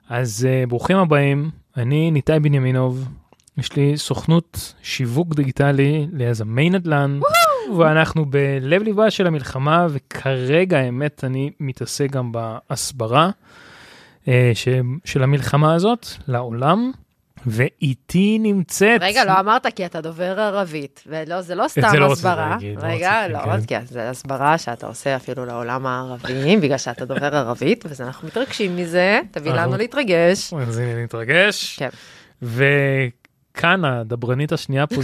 אז ברוכים הבאים, אני ניתאי בנימינוב, יש לי סוכנות שיווק דיגיטלי ליזמי נדל"ן, ואנחנו בלב ליבה של המלחמה, וכרגע האמת אני מתעסק גם בהסברה של המלחמה הזאת לעולם, ואיתי נמצאת... רגע, לא אמרת כי אתה דובר ערבית, ולא, זה לא סתם הסברה. רגע, לא, כי זה הסברה שאתה עושה אפילו לעולם הערבי, בגלל שאתה דובר ערבית, ואנחנו מתרגשים מזה, תביא לנו להתרגש. אז הנה להתרגש. כן. וכאן הדברנית השנייה פה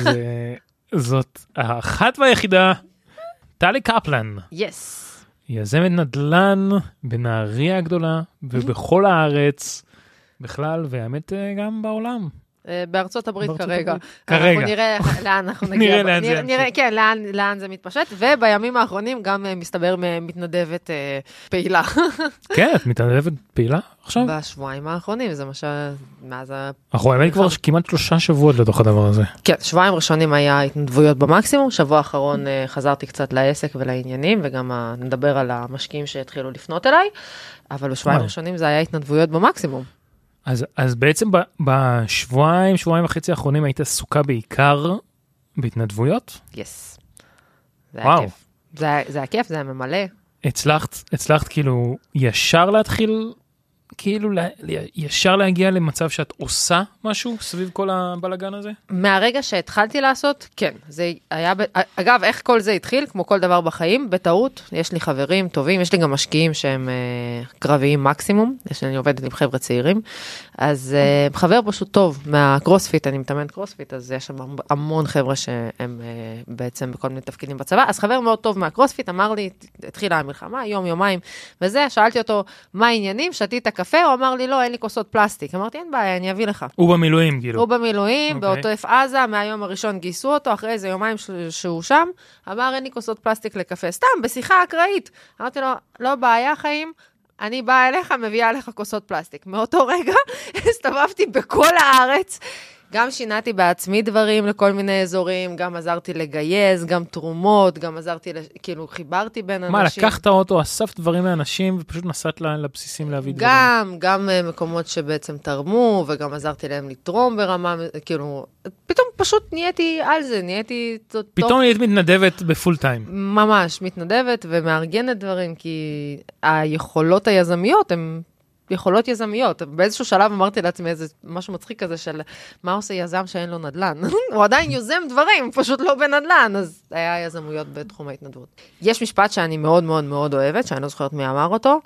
זאת האחת והיחידה, טלי קפלן. יס. יזמת נדל"ן בנהריה הגדולה, ובכל הארץ בכלל, והאמת גם בעולם. בארצות הברית כרגע. כרגע. אנחנו נראה לאן אנחנו נגיע. נראה לאן זה ימשיך. כן, לאן זה מתפשט, ובימים האחרונים גם מסתבר מתנדבת פעילה. כן, את מתנדבת פעילה עכשיו? בשבועיים האחרונים, זה מה מאז אנחנו האמת כבר כמעט 3 שבועות לתוך הדבר הזה. כן, שבועיים ראשונים היה התנדבויות במקסימום, שבוע האחרון חזרתי קצת לעסק ולעניינים, וגם נדבר על המשקיעים שהתחילו לפנות אליי, אבל בשבועיים ראשונים זה היה התנדבויות במקסימום. אז בעצם בשבועיים וחצי האחרונים היית עסוקה בעיקר בהתנדבויות? יס. זה היה כיף. זה היה כיף, זה היה ממלא. הצלחת כאילו ישר להתחיל, כאילו ישר להגיע למצב שאת עושה משהו סביב כל הבלגן הזה? מהרגע שהתחלתי לעשות, כן. זה היה, אגב, איך כל זה התחיל? כמו כל דבר בחיים, בטעות. יש לי חברים טובים, יש לי גם משקיעים שהם קרביים מקסימום. אני עובדת עם חבר'ה צעירים. אז חבר פשוט טוב מהקרוספיט, אני מתאמן קרוספיט, אז יש שם המון חבר'ה שהם בעצם בכל מיני תפקידים בצבא. אז חבר מאוד טוב מהקרוספיט אמר לי, התחילה המלחמה, יומיים, וזה, שאלתי אותו, מה העניינים? שתית קפה, הוא אמר לי, לא, אין לי כוסות פלסטיק. אמרתי, אין בעיה, אני אביא לך. הוא במילואים, כאילו. הוא במילואים, בעוטף עזה, מהיום הראשון גייסו אותו, אחרי איזה יומיים שהוא שם, אמר, אין לי כוסות פלסטיק לקפה. סתם, בשיחה אקראית. אמרתי לו, לא בעיה, חיים, אני באה אליך, מביאה אליך כוסות פלסטיק. מאותו רגע, הסתובבתי בכל הארץ, גם שינעתי בעצמי דברים לכל מיני אזורים, גם עזרתי לגייס, גם תרומות, גם עזרתי, כאילו חיברתי בין אנשים. מה, לקחת אוטו, אספת דברים מאנשים, ופשוט נסעת לבסיסים להביא דברים? גם מקומות שבעצם תרמו, וגם עזרתי להם לתרום ברמה, כאילו, פתאום פשוט נהייתי על זה, נהייתי... פתאום נהיית מתנדבת בפול טיים. ממש, מתנדבת ומארגנת דברים, כי היכולות היזמיות הן... יכולות יזמיות. באיזשהו שלב אמרתי לעצמי איזה משהו מצחיק כזה של מה עושה יזם שאין לו נדל"ן. הוא עדיין יוזם דברים, פשוט לא בנדל"ן, אז היה יזמויות בתחום ההתנדבות. יש משפט שאני מאוד מאוד מאוד אוהבת, שאני לא זוכרת מי אמר אותו,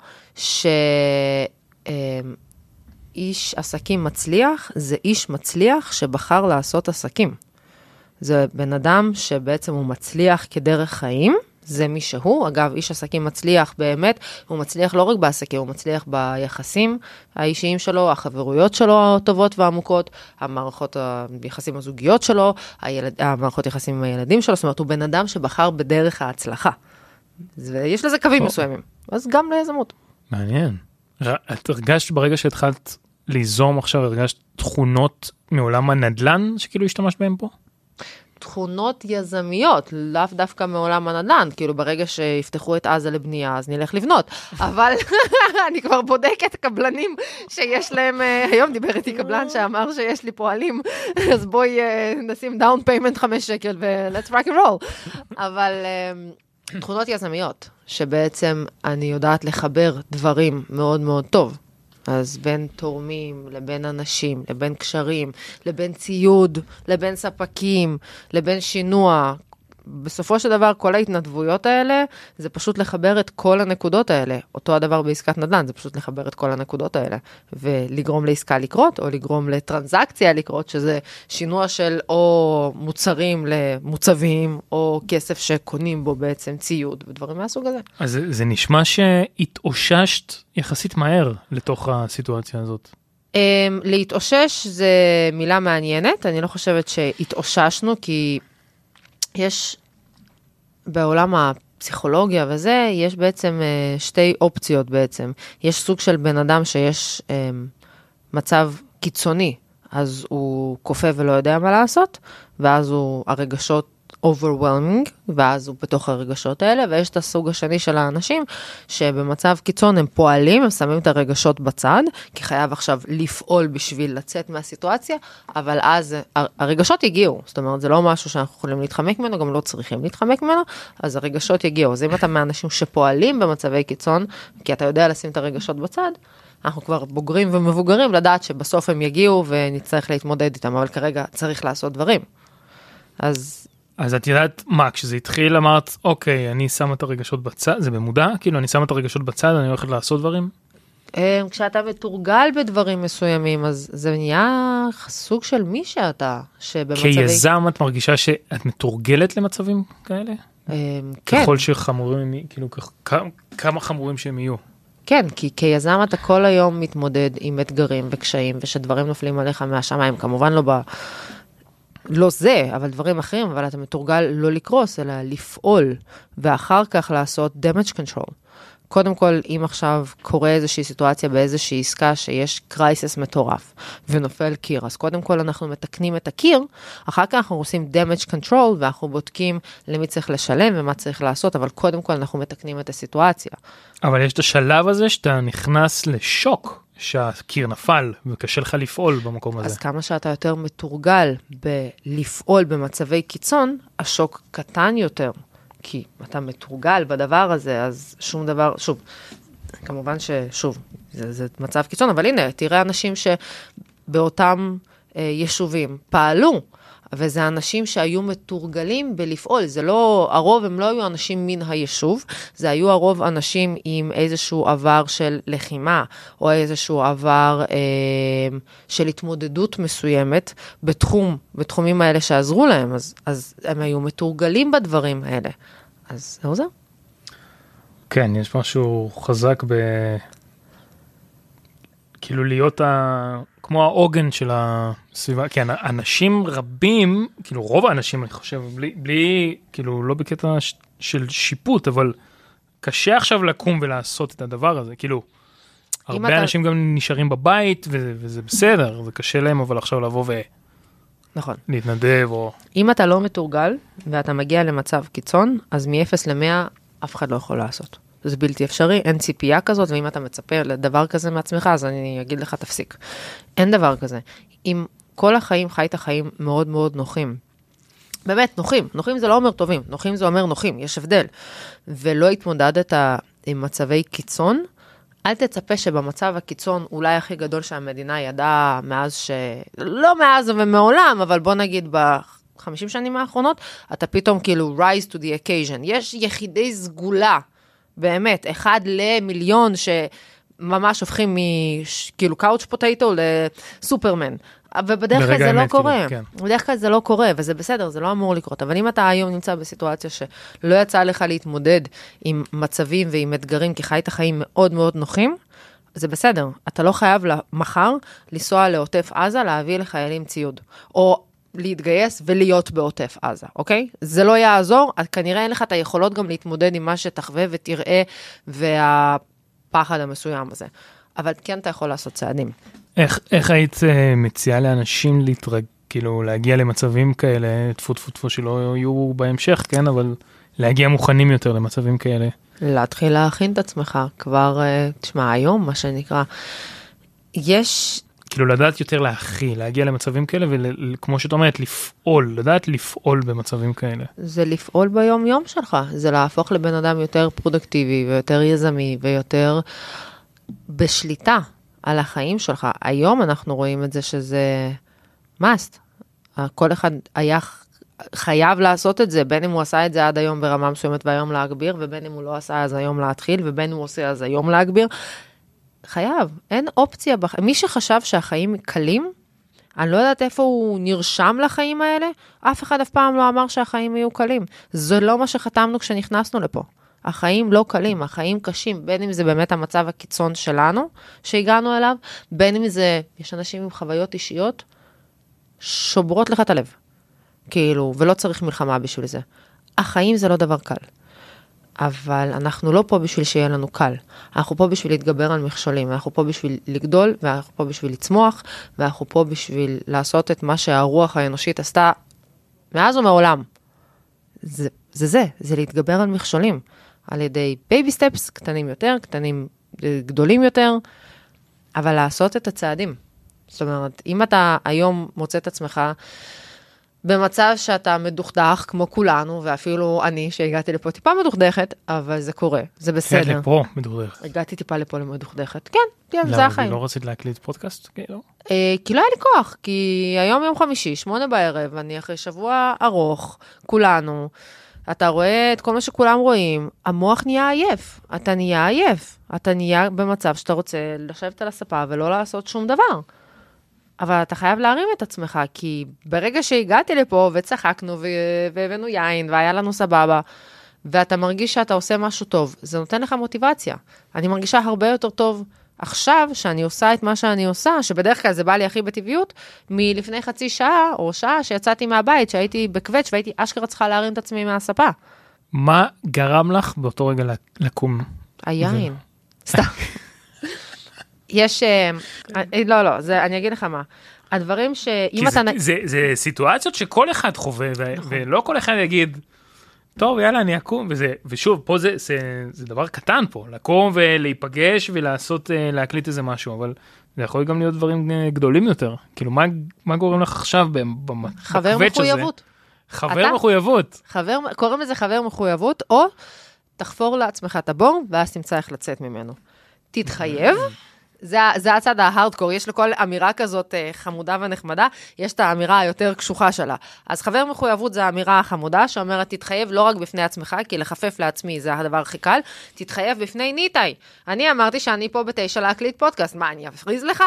שאיש עסקים מצליח, זה איש מצליח שבחר לעשות עסקים. זה בן אדם שבעצם הוא מצליח כדרך חיים, זה מי שהוא. אגב, איש עסקים מצליח באמת, הוא מצליח לא רק בעסקים, הוא מצליח ביחסים האישיים שלו, החברויות שלו הטובות והעמוקות, המערכות היחסים הזוגיות שלו, המערכות יחסים עם הילדים שלו, זאת אומרת, הוא בן אדם שבחר בדרך ההצלחה. ויש לזה קווים מסוימים. אז גם ליזמות. מעניין. את הרגשת ברגע שהתחלת ליזום עכשיו, הרגשת תכונות מעולם הנדל"ן שכאילו השתמשת בהם פה? תכונות יזמיות, לאו דווקא מעולם הנדל"ן, כאילו ברגע שיפתחו את עזה לבנייה, אז נלך לבנות, אבל אני כבר בודקת קבלנים שיש להם, היום דיבר איתי קבלן שאמר שיש לי פועלים, אז בואי נשים דאון פיימנט 5 שקל ו-let's rock and roll, אבל תכונות יזמיות, שבעצם אני יודעת לחבר דברים מאוד מאוד טוב, אז בין תורמים, לבין אנשים, לבין קשרים, לבין ציוד, לבין ספקים, לבין שינוע. בסופו של דבר, כל ההתנדבויות האלה, זה פשוט לחבר את כל הנקודות האלה. אותו הדבר בעסקת נדל"ן, זה פשוט לחבר את כל הנקודות האלה. ולגרום לעסקה לקרות, או לגרום לטרנזקציה לקרות, שזה שינוע של או מוצרים למוצבים, או כסף שקונים בו בעצם ציוד, ודברים מהסוג הזה. אז זה נשמע שהתאוששת יחסית מהר לתוך הסיטואציה הזאת. להתאושש זה מילה מעניינת, אני לא חושבת שהתאוששנו, כי יש בעולם הפסיכולוגיה וזה, יש בעצם 2 אופציות בעצם. יש סוג של בן אדם שיש מצב קיצוני, אז הוא קופא ולא יודע מה לעשות, ואז הרגשות overwhelming, ואז הוא בתוך הרגשות האלה, ויש את הסוג השני של האנשים, שבמצב קיצון הם פועלים, הם שמים את הרגשות בצד, כי חייב עכשיו לפעול בשביל לצאת מהסיטואציה, אבל אז הרגשות יגיעו, זאת אומרת, זה לא משהו שאנחנו יכולים להתחמק ממנו, גם לא צריכים להתחמק ממנו, אז הרגשות יגיעו. אז אם אתה מהאנשים שפועלים במצבי קיצון, כי אתה יודע לשים את הרגשות בצד, אנחנו כבר בוגרים ומבוגרים לדעת שבסוף הם יגיעו ונצטרך להתמודד איתם, אבל כרגע צריך לעשות דברים. אז את יודעת מה, כשזה התחיל אמרת, אוקיי, אני שם את הרגשות בצד, זה במודע? כאילו, אני שם את הרגשות בצד, אני הולכת לעשות דברים? כשאתה מתורגל בדברים מסוימים, אז זה נהיה סוג של מי שאתה, שבמצבי... כיזם את מרגישה שאת מתורגלת למצבים כאלה? כן. ככל שחמורים, כאילו, כמה חמורים שהם יהיו? כן, כי כיזם אתה כל היום מתמודד עם אתגרים וקשיים, ושדברים נופלים עליך מהשמיים, כמובן לא זה, אבל דברים אחרים, אבל אתה מתורגל לא לקרוס, אלא לפעול, ואחר כך לעשות damage control. קודם כל, אם עכשיו קורה איזושהי סיטואציה באיזושהי עסקה שיש קרייסס מטורף, ונופל קיר, אז קודם כל אנחנו מתקנים את הקיר, אחר כך אנחנו עושים damage control, ואנחנו בודקים למי צריך לשלם ומה צריך לעשות, אבל קודם כל אנחנו מתקנים את הסיטואציה. אבל יש את השלב הזה שאתה נכנס לשוק, שהקיר נפל, וקשה לך לפעול במקום הזה. אז כמה שאתה יותר מתורגל בלפעול במצבי קיצון, השוק קטן יותר. כי אתה מתורגל בדבר הזה, אז שום דבר, שוב, כמובן ששוב, זה מצב קיצון, אבל הנה, תראה אנשים שבאותם יישובים פעלו, וזה אנשים שהיו מתורגלים בלפעול, זה לא, הרוב הם לא היו אנשים מן היישוב, זה היו הרוב אנשים עם איזשהו עבר של לחימה, או איזשהו עבר של התמודדות מסוימת, בתחומים האלה שעזרו להם, אז הם היו מתורגלים בדברים האלה. אז זהו זה. כן, יש משהו חזק כאילו להיות כמו העוגן של הסביבה, כן, אנשים רבים, כאילו רוב האנשים אני חושב, בלי כאילו לא בקטע של שיפוט, אבל קשה עכשיו לקום ולעשות את הדבר הזה, כאילו, הרבה אנשים גם נשארים בבית, וזה בסדר, זה קשה להם, אבל עכשיו לבוא נכון. להתנדב או... אם אתה לא מתורגל, ואתה מגיע למצב קיצון, אז מ-0 ל-100 אף אחד לא יכול לעשות. זה בלתי אפשרי, אין ציפייה כזאת, ואם אתה מצפה לדבר כזה מעצמך, אז אני אגיד לך תפסיק. אין דבר כזה. אם כל החיים חיית חיים מאוד מאוד נוחים, באמת נוחים, נוחים זה לא אומר טובים, נוחים זה אומר נוחים, יש הבדל. ולא התמודדת עם מצבי קיצון, אל תצפה שבמצב הקיצון, אולי הכי גדול שהמדינה ידעה מאז לא מאז ומעולם, אבל בוא נגיד ב50 שנים האחרונות, אתה פתאום כאילו rise to the occasion. יש יחידי סגולה, באמת, 1 למיליון שממש הופכים כאילו קאוץ' פוטטו לסופרמן. ובדרך כלל זה לא קורה. כן. בדרך כלל זה לא קורה, וזה בסדר, זה לא אמור לקרות. אבל אם אתה היום נמצא בסיטואציה שלא יצא לך להתמודד עם מצבים ועם אתגרים, כי חיית חיים מאוד מאוד נוחים, זה בסדר. אתה לא חייב מחר לנסוע לעוטף עזה, להביא לחיילים ציוד. או להתגייס ולהיות בעוטף עזה, אוקיי? זה לא יעזור, כנראה אין לך את היכולות גם להתמודד עם מה שתחווה ותראה, והפחד המסוים הזה. אבל כן אתה יכול לעשות צעדים. איך היית מציעה לאנשים כאילו להגיע למצבים כאלה, תפו שלא יהיו בהמשך, כן? אבל להגיע מוכנים יותר למצבים כאלה. להתחיל להכין את עצמך, כבר, תשמע, היום מה שנקרא, יש... כאילו לדעת יותר להגיע למצבים כאלה, וכמו שאת אומרת, לדעת לפעול במצבים כאלה. זה לפעול ביום יום שלך, זה להפוך לבן אדם יותר פרודקטיבי, ויותר יזמי, ויותר בשליטה על החיים שלך. היום אנחנו רואים את זה שזה must. כל אחד היה חייב לעשות את זה, בין אם הוא עשה את זה עד היום ברמה מסוימת והיום להגביר, ובין אם הוא לא עשה אז היום להתחיל, ובין אם הוא עושה אז היום להגביר. חייב, אין אופציה. מי שחשב שהחיים קלים, אני לא יודעת איפה הוא נרשם לחיים האלה, אף אחד אף פעם לא אמר שהחיים יהיו קלים. זה לא מה שחתמנו כשנכנסנו לפה. החיים לא קלים, החיים קשים, בין אם זה באמת המצב הקיצון שלנו, שהגענו אליו, בין אם זה, יש אנשים עם חוויות אישיות, שוברות לך את הלב. כאילו, ולא צריך מלחמה בשביל זה. החיים זה לא דבר קל. אבל אנחנו לא פה בשביל שיהיה לנו קל. אנחנו פה בשביל להתגבר על מכשולים, אנחנו פה בשביל לגדול, ואנחנו פה בשביל לצמוח, ואנחנו פה בשביל לעשות את מה שהרוח האנושית עשתה מאז ומעולם. זה להתגבר על מכשולים, על ידי בייבי סטפס, קטנים יותר, קטנים גדולים יותר, אבל לעשות את הצעדים. זאת אומרת, אם אתה היום מוצא את עצמך במצב שאתה מדוכדך, כמו כולנו, ואפילו אני, שהגעתי לפה טיפה מדוכדכת, אבל זה קורה, זה בסדר. כן, לפה מדוכדכת. הגעתי טיפה לפה למדוכדכת. כן, זה החיים. לא רצית להקליט פודקאסט? כי לא היה לי כוח, כי היום יום חמישי, 8 בערב, אני אחרי שבוע ארוך, כולנו, אתה רואה את כל מה שכולם רואים, המוח נהיה עייף, אתה נהיה עייף, אתה נהיה במצב שאתה רוצה לשבת על הספה ולא לעשות שום דבר. אבל אתה חייב להרים את עצמך, כי ברגע שהגעתי לפה וצחקנו והבאנו יין והיה לנו סבבה, ואתה מרגיש שאתה עושה משהו טוב, זה נותן לך מוטיבציה. אני מרגישה הרבה יותר טוב עכשיו שאני עושה את מה שאני עושה, שבדרך כלל זה בא לי הכי בטבעיות, מלפני חצי שעה או שעה שיצאתי מהבית, שהייתי בקווץ' והייתי אשכרה צריכה להרים את עצמי מהספה. מה גרם לך באותו רגע לקום? היין. סתם. יש, לא, אני אגיד לך מה. הדברים שאם אתה... זה סיטואציות שכל אחד חווה, ולא כל אחד יגיד, טוב, יאללה, אני אקום, ושוב, פה זה דבר קטן פה, לקום ולהיפגש ולעשות, להקליט איזה משהו, אבל זה יכול גם להיות דברים גדולים יותר. כאילו, מה גורם לך עכשיו חבר מחויבות. חבר מחויבות. קוראים לזה חבר מחויבות, או תחפור לעצמך את הבור, ואז תמצא איך לצאת ממנו. תתחייב. זה הצד ההארדקור, יש לכל אמירה כזאת חמודה ונחמדה, יש את האמירה היותר קשוחה שלה. אז חבר מחויבות זה האמירה החמודה, שאומרת, תתחייב לא רק בפני עצמך, כי לחפף לעצמי זה הדבר הכי קל, תתחייב בפני ניטאי. אני אמרתי שאני פה ב9 להקליט פודקאסט, מה, אני אפריז לך?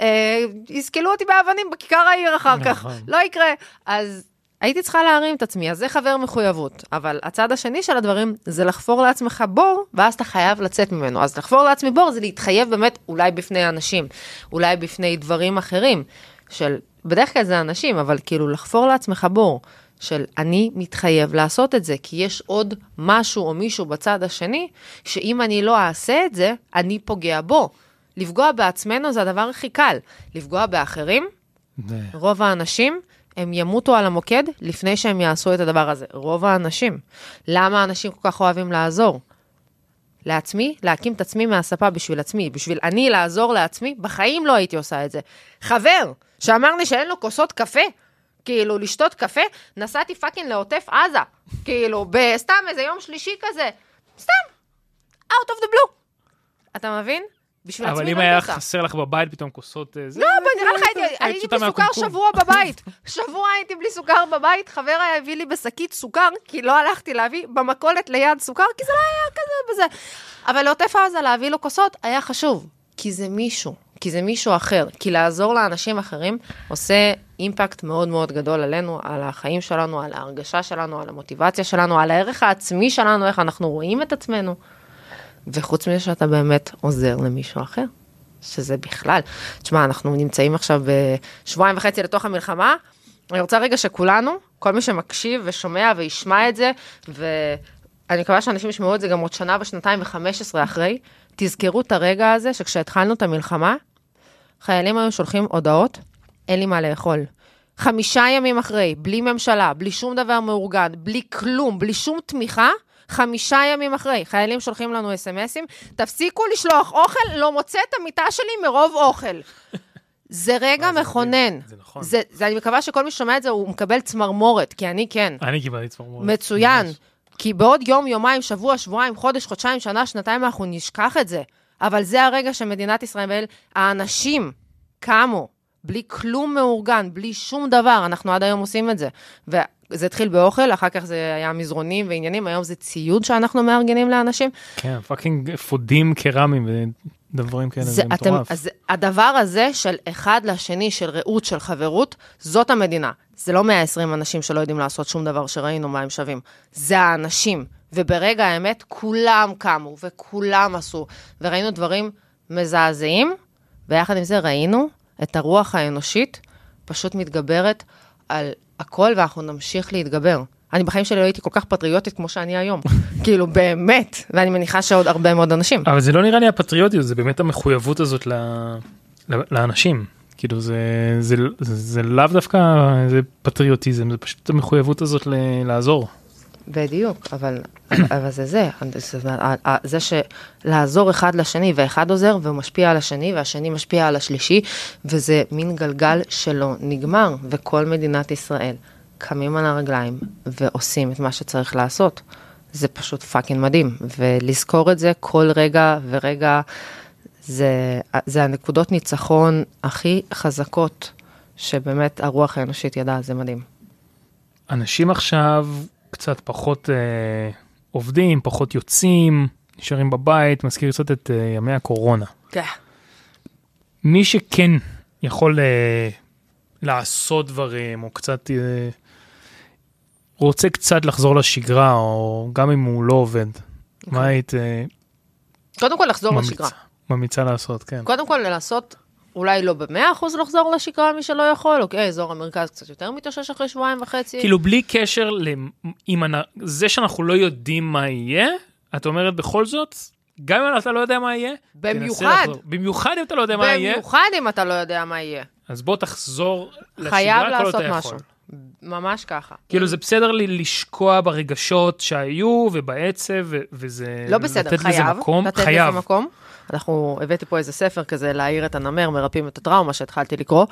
יסקלו אותי באבנים בכיכר העיר אחר כך, לא יקרה. אז הייתי צריכה להרים את עצמי, אז זה חבר מחויבות, אבל הצד השני של הדברים זה לחפור לעצמך בור, ואז אתה חייב לצאת ממנו. אז לחפור לעצמי בור זה להתחייב באמת אולי בפני אנשים, אולי בפני דברים אחרים, בדרך כלל זה אנשים, אבל כאילו לחפור לעצמך בור, של אני מתחייב לעשות את זה, כי יש עוד משהו או מישהו בצד השני, שאם אני לא אעשה את זה, אני פוגע בו. לפגוע בעצמנו זה הדבר הכי קל. לפגוע באחרים, רוב האנשים, הם ימותו על המוקד לפני שהם יעשו את הדבר הזה. רוב האנשים. למה האנשים כל כך אוהבים לעזור? לעצמי, להקים את עצמי מהספה בשביל עצמי. בשביל אני לעזור לעצמי, בחיים לא הייתי עושה את זה. חבר, שאמר לי שאין לו כוסות קפה, כאילו לשתות קפה, נסעתי פאקינג לעוטף עזה. כאילו, בסתם איזה יום שלישי כזה. סתם. Out of the blue. אתה מבין? אבל אם היה חסר לך בבית פתאום כוסות... לא, נראה לך, הייתי בלי סוכר שבוע בבית. שבוע הייתי בלי סוכר בבית, חבר היה הביא לי בשקית סוכר, כי לא הלכתי להביא במכולת ליד סוכר, כי זה לא היה כזה בזה. אבל לעוטף עזה להביא לו כוסות היה חשוב, כי זה מישהו, כי זה מישהו אחר, כי לעזור לאנשים אחרים עושה אימפקט מאוד מאוד גדול עלינו, על החיים שלנו, על ההרגשה שלנו, על המוטיבציה שלנו, על הערך העצמי שלנו, איך אנחנו רואים את עצמנו. וחוץ מזה שאתה באמת עוזר למישהו אחר, שזה בכלל. תשמע, אנחנו נמצאים עכשיו בשבועיים וחצי לתוך המלחמה, אני רוצה רגע שכולנו, כל מי שמקשיב ושומע וישמע את זה, ואני מקווה שאנשים ישמעו את זה גם עוד שנה ושנתיים ו15 אחרי, תזכרו את הרגע הזה שכשהתחלנו את המלחמה, חיילים היו שולחים הודעות, אין לי מה לאכול. 5 ימים אחרי, בלי ממשלה, בלי שום דבר מאורגן, בלי כלום, בלי שום תמיכה, 5 ימים אחרי, חיילים שולחים לנו אס-אמסים, תפסיקו לשלוח אוכל, לא מוצא את המיטה שלי מרוב אוכל. זה רגע מכונן. זה נכון. אני מקווה שכל מי ששומע את זה, הוא מקבל צמרמורת, כי אני כן. אני קיבלתי צמרמורת. מצוין. כי בעוד יום, יומיים, שבוע, שבועיים, חודש, חודשיים, שנה, שנתיים, אנחנו נשכח את זה. אבל זה הרגע שמדינת ישראל, האנשים קמו, בלי כלום מאורגן, בלי שום דבר, אנחנו עד היום עושים את זה. זה התחיל באוכל, אחר כך זה היה מזרונים ועניינים, היום זה ציוד שאנחנו מארגנים לאנשים. כן, פאקינג אפודים קרמיים ודברים כאלה, זה מטורף. אז הדבר הזה של אחד לשני, של רעות, של חברות, זאת המדינה. זה לא 120 אנשים שלא יודעים לעשות שום דבר שראינו מה הם שווים. זה האנשים. וברגע האמת, כולם קמו וכולם עשו. וראינו דברים מזעזעים, ויחד עם זה ראינו את הרוח האנושית פשוט מתגברת על הכל, ואנחנו נמשיך להתגבר. אני בחיים שלי לא הייתי כל כך פטריוטית כמו שאני היום. כאילו, באמת. ואני מניחה שעוד הרבה מאוד אנשים. אבל זה לא נראה לי הפטריוטיות, זה באמת המחויבות הזאת לאנשים. כאילו, זה לאו דווקא, זה פטריוטיזם, זה פשוט המחויבות הזאת לעזור. בדיוק, אבל זה שלעזור אחד לשני, ואחד עוזר ומשפיע על השני, והשני משפיע על השלישי, וזה מין גלגל שלא נגמר, וכל מדינת ישראל קמים על הרגליים ועושים את מה שצריך לעשות. זה פשוט פאקינג מדהים, ולזכור את זה כל רגע ורגע, זה הנקודות ניצחון הכי חזקות, שבאמת הרוח האנושית ידעה, זה מדהים. אנשים עכשיו קצת פחות עובדים, פחות יוצאים, נשארים בבית, מזכיר קצת את ימי הקורונה. כן. מי שכן יכול לעשות דברים, או קצת רוצה קצת לחזור לשגרה, או גם אם הוא לא עובד, מה היית קודם כל לחזור לשגרה. ממליצה לעשות, כן. קודם כל לעשות, אולי לא ב100% לחזור לשגרה, מי שלא יכול, אוקיי, אזור המרכז קצת יותר מתאושש אחרי 2.5 שבועות. כאילו בלי קשר, זה שאנחנו לא יודעים מה יהיה, את אומרת בכל זאת, גם אם אתה לא יודע מה יהיה, במיוחד אם אתה לא יודע מה יהיה. במיוחד אם אתה לא יודע מה יהיה. אז בוא תחזור לשגרה, חייב לעשות משהו. ממש ככה. כאילו זה בסדר לי לשקוע ברגשות שהיו ובעצב, וזה... לא בסדר, לתת לזה מקום. לתת לזה מקום. אנחנו הבאתי פה איזה ספר כזה, להעיר את הנמר, מרפאים את הטראומה שהתחלתי לקרוא.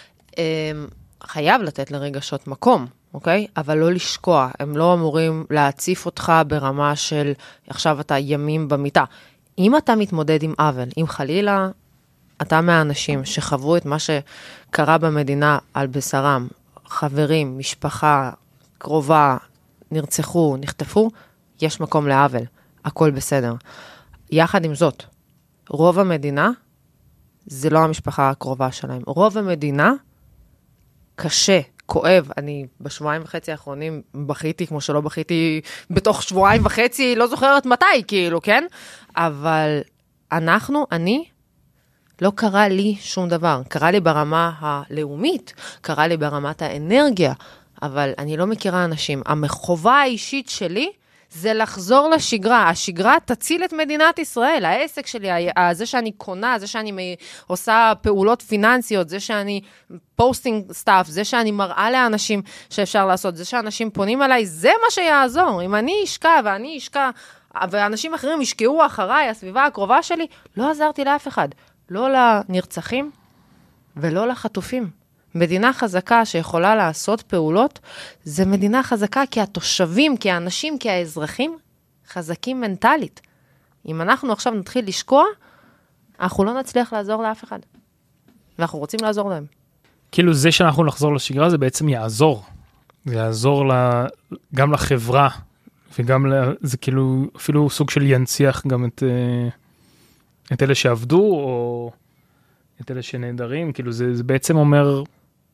חייב לתת לרגשות מקום, אוקיי? אבל לא לשקוע. הם לא אמורים להציף אותך ברמה של עכשיו אתה ימים במיטה. אם אתה מתמודד עם עוול, אם חלילה אתה מהאנשים שחוו את מה שקרה במדינה על בשרם, חברים, משפחה, קרובה, נרצחו, נחטפו, יש מקום לעוול. הכל בסדר. יחד עם זאת, רוב המדינה, זה לא המשפחה הקרובה שלהם. רוב המדינה, קשה, כואב. אני בשבועיים וחצי האחרונים בכיתי, כמו שלא בכיתי בתוך שבועיים וחצי, לא זוכרת מתי, כאילו, כן? אבל אני, לא קרה לי שום דבר. קרה לי ברמה הלאומית, קרה לי ברמת האנרגיה, אבל אני לא מכירה אנשים. החובה האישית שלי, זה לחזור לשגרה. השגרה תציל את מדינת ישראל. העסק שלי, זה שאני קונה, זה שאני עושה פעולות פיננסיות, זה שאני פוסטינג סטאפ, זה שאני מראה לאנשים שאפשר לעשות, זה שאנשים פונים עליי, זה מה שיעזור. אם אני אשקע ואני אשקע, ואנשים אחרים ישקעו אחריי, הסביבה הקרובה שלי, לא עזרתי לאף אחד. לא לנרצחים ולא לחטופים. מדינה חזקה שיכולה לעשות פעולות, זה מדינה חזקה כי התושבים, כי האנשים, כי האזרחים, חזקים מנטלית. אם אנחנו עכשיו נתחיל לשקוע, אנחנו לא נצליח לעזור לאף אחד. ואנחנו רוצים לעזור להם. כאילו זה שאנחנו נחזור לשגרה, זה בעצם יעזור. זה יעזור גם לחברה, וגם זה כאילו אפילו סוג של ינציח גם את אלה שעבדו, או את אלה שנהדרים. כאילו זה בעצם אומר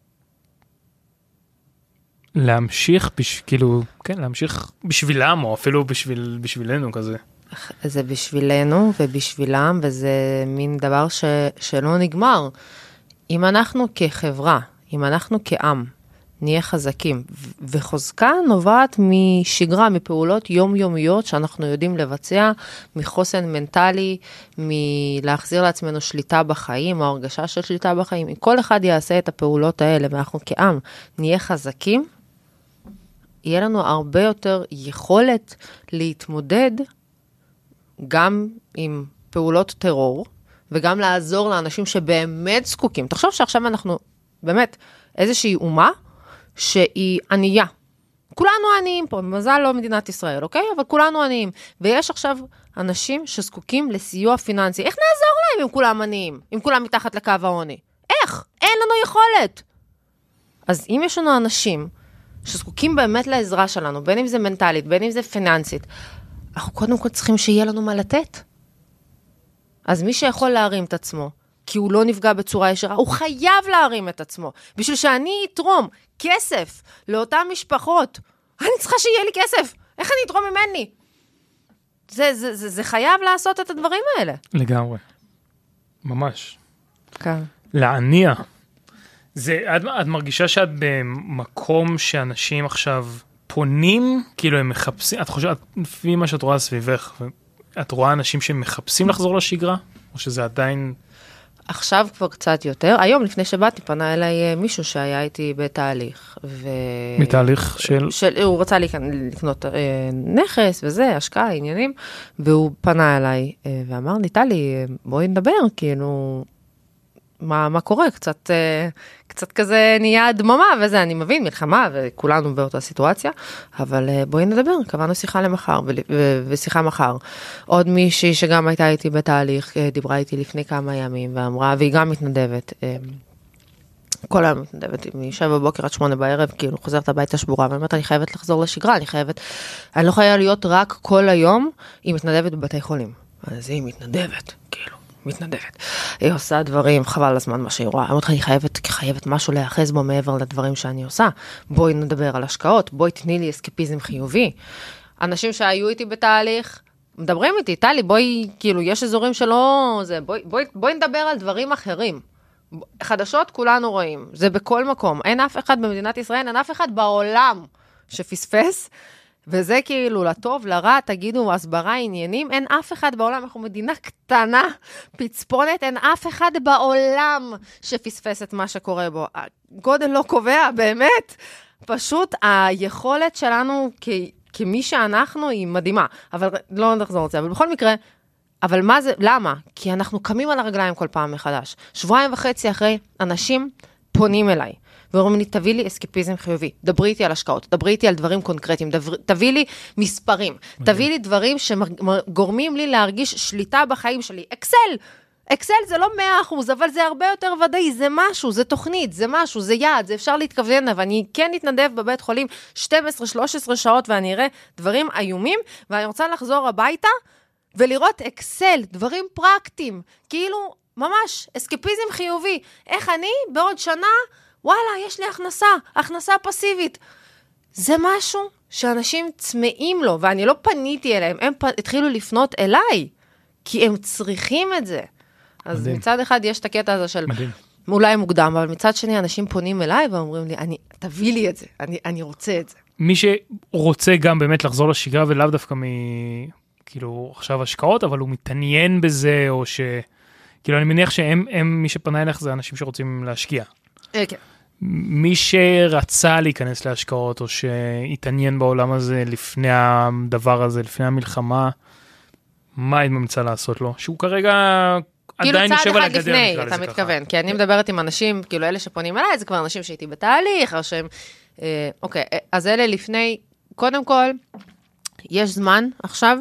להמשיך, כאילו, כן, להמשיך בשבילם, או אפילו בשבילנו כזה. זה בשבילנו ובשבילם, וזה מין דבר שלא נגמר. אם אנחנו כחברה, אם אנחנו כעם, נהיה חזקים, וחוזקה נובעת משגרה, מפעולות יומיומיות שאנחנו יודעים לבצע, מחוסן מנטלי, מלהחזיר לעצמנו שליטה בחיים, או הרגשה של שליטה בחיים. אם כל אחד יעשה את הפעולות האלה, ואנחנו כעם נהיה חזקים, יהיה לנו הרבה יותר יכולת להתמודד גם עם פעולות טרור, וגם לעזור לאנשים שבאמת זקוקים. תחשוב שעכשיו אנחנו באמת איזושהי אומה, שהיא ענייה. כולנו עניים פה, במזל לא מדינת ישראל, אוקיי? אבל כולנו עניים. ויש עכשיו אנשים שזקוקים לסיוע פיננסי. איך נעזור להם אם כולם עניים? אם כולם מתחת לקו העוני? איך? אין לנו יכולת. אז אם יש לנו אנשים שזקוקים באמת לעזרה שלנו, בין אם זה מנטלית, בין אם זה פיננסית, אנחנו קודם כל צריכים שיהיה לנו מה לתת. אז מי שיכול להרים את עצמו, כי הוא לא נפגע בצורה ישרה, הוא חייב להרים את עצמו. בשביל שאני אתרום כסף לאותן משפחות, אני צריכה שיהיה לי כסף. איך אני אתרום ממני? זה חייב לעשות את הדברים האלה. לגמרי. ממש. כן. להניע. את מרגישה שאת במקום שאנשים עכשיו פונים, כאילו הם מחפשים, את חושבת, לפי מה שאת רואה סביבך, את רואה אנשים שמחפשים לחזור לשגרה? או שזה עדיין... עכשיו כבר קצת יותר. היום, לפני שבאתי, פנה אליי מישהו שהיה איתי בתהליך. בתהליך של? הוא רצה לקנות נכס וזה, השקעה, עניינים, והוא פנה אליי ואמר לי, טלי, בואי נדבר, כאילו, מה קורה? קצת כזה נהיה דממה וזה, אני מבין, מלחמה, וכולנו באותה סיטואציה, אבל בואי נדבר, קבענו שיחה למחר, ושיחה מחר. עוד מישהי שגם הייתה איתי בתהליך, דיברה איתי לפני כמה ימים, ואמרה, והיא גם מתנדבת, כל היום מתנדבת, היא 7 בבוקר עד 8 בערב, כאילו חוזרת הביתה שבורה, ואומרת, אני חייבת לחזור לשגרה, אני לא יכולה להיות רק כל היום, היא מתנדבת בבתי חולים. אז היא מתנדבת, כאילו. מתנדבת. היא עושה דברים, חבל הזמן מה שהיא רואה. אמרת, אני חייבת משהו להיאחז בו מעבר לדברים שאני עושה. בואי נדבר על השקעות, בואי תני לי אסקפיזם חיובי. אנשים שהיו איתי בתהליך, מדברים איתי, טלי, בואי, כאילו, יש אזורים שלא, זה, בואי נדבר על דברים אחרים. חדשות כולנו רואים, זה בכל מקום. אין אף אחד במדינת ישראל, אין אף אחד בעולם שפספס, וזה כאילו לטוב, לרע, תגידו, הסברה, עניינים, אין אף אחד בעולם, אנחנו מדינה קטנה, פצפונת, אין אף אחד בעולם שפספס את מה שקורה בו. הגודל לא קובע, באמת. פשוט היכולת שלנו כמי שאנחנו היא מדהימה, אבל לא נחזור לזה, אבל בכל מקרה, אבל מה זה, למה? כי אנחנו קמים על הרגליים כל פעם מחדש. 2.5 שבועות אחרי, אנשים פונים אליי. ואומרים לי, תביא לי אסקפיזם חיובי, דברי איתי על השקעות, דברי איתי על דברים קונקרטיים, תביא לי מספרים, תביא לי דברים שגורמים לי להרגיש שליטה בחיים שלי. אקסל זה לא 100%, אבל זה הרבה יותר ודאי, זה משהו, זה תוכנית, זה משהו, זה יעד, זה אפשר להתכוון, ואני כן אתנדב בבית חולים 12-13 שעות, ואני אראה דברים איומים, ואני רוצה לחזור הביתה, ולראות אקסל, דברים פרקטיים, כאילו ממש אסקפיזם חיובי, איך אני בעוד שנה, וואלה, יש לי הכנסה פסיבית. זה משהו שאנשים צמאים לו, ואני לא פניתי אליהם, הם התחילו לפנות אליי, כי הם צריכים את זה. אז מדהים. מצד אחד יש את הקטע הזה של, מדהים. אולי מוקדם, אבל מצד שני אנשים פונים אליי ואומרים לי, תביא לי את זה, אני רוצה את זה. מי שרוצה גם באמת לחזור לשגרה, ולאו דווקא כאילו עכשיו השקעות, אבל הוא מתעניין בזה, או כאילו אני מניח שהם, מי שפנה אליך זה אנשים שרוצים להשקיע. כן. מי שרצה להיכנס להשקעות, או שהתעניין בעולם הזה לפני הדבר הזה, לפני המלחמה, מה היית ממצא לעשות לו? שהוא כרגע עדיין יושב על הגדר. כאילו צעד אחד לפני, אתה מתכוון, כי אני מדברת עם אנשים, כאילו אלה שפונים אליי, זה כבר אנשים שהייתי בתהליך, או שהם, אוקיי, אז אלה לפני, קודם כל, יש זמן עכשיו,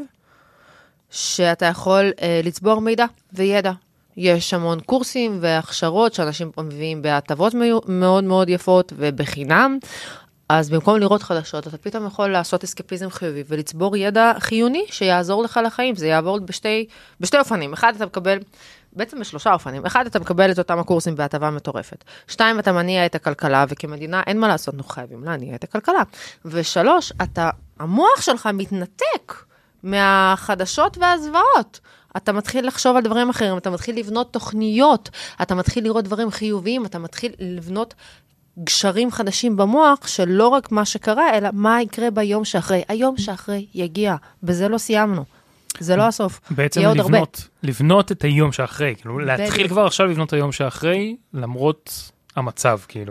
שאתה יכול לצבור מידע וידע. יש המון קורסים והכשרות שאנשים מביאים בהטבות מאוד מאוד יפות ובחינם, אז במקום לראות חדשות, אתה פתאום יכול לעשות אסקפיזם חיובי ולצבור ידע חיוני שיעזור לך לחיים. זה יעבור בשתי אופנים. אחד, אתה מקבל, בעצם ב3 אופנים. אחד, אתה מקבל את אותם הקורסים בהטבה מטורפת. 2, אתה מניע את הכלכלה, וכמדינה אין מה לעשות, אנחנו חייבים להניע את הכלכלה. ו3, המוח שלך מתנתק מהחדשות והזוועות. אתה מתחיל לחשוב על דברים אחרים, אתה מתחיל לבנות תוכניות, אתה מתחיל לראות דברים חיוביים, אתה מתחיל לבנות גשרים חדשים במוח, שלא רק מה שקרה, אלא מה יקרה ביום שאחרי. היום שאחרי יגיע, בזה לא סיימנו. זה לא הסוף. בעצם לבנות את היום שאחרי, כאילו, להתחיל כבר עכשיו לבנות היום שאחרי, למרות המצב, כאילו.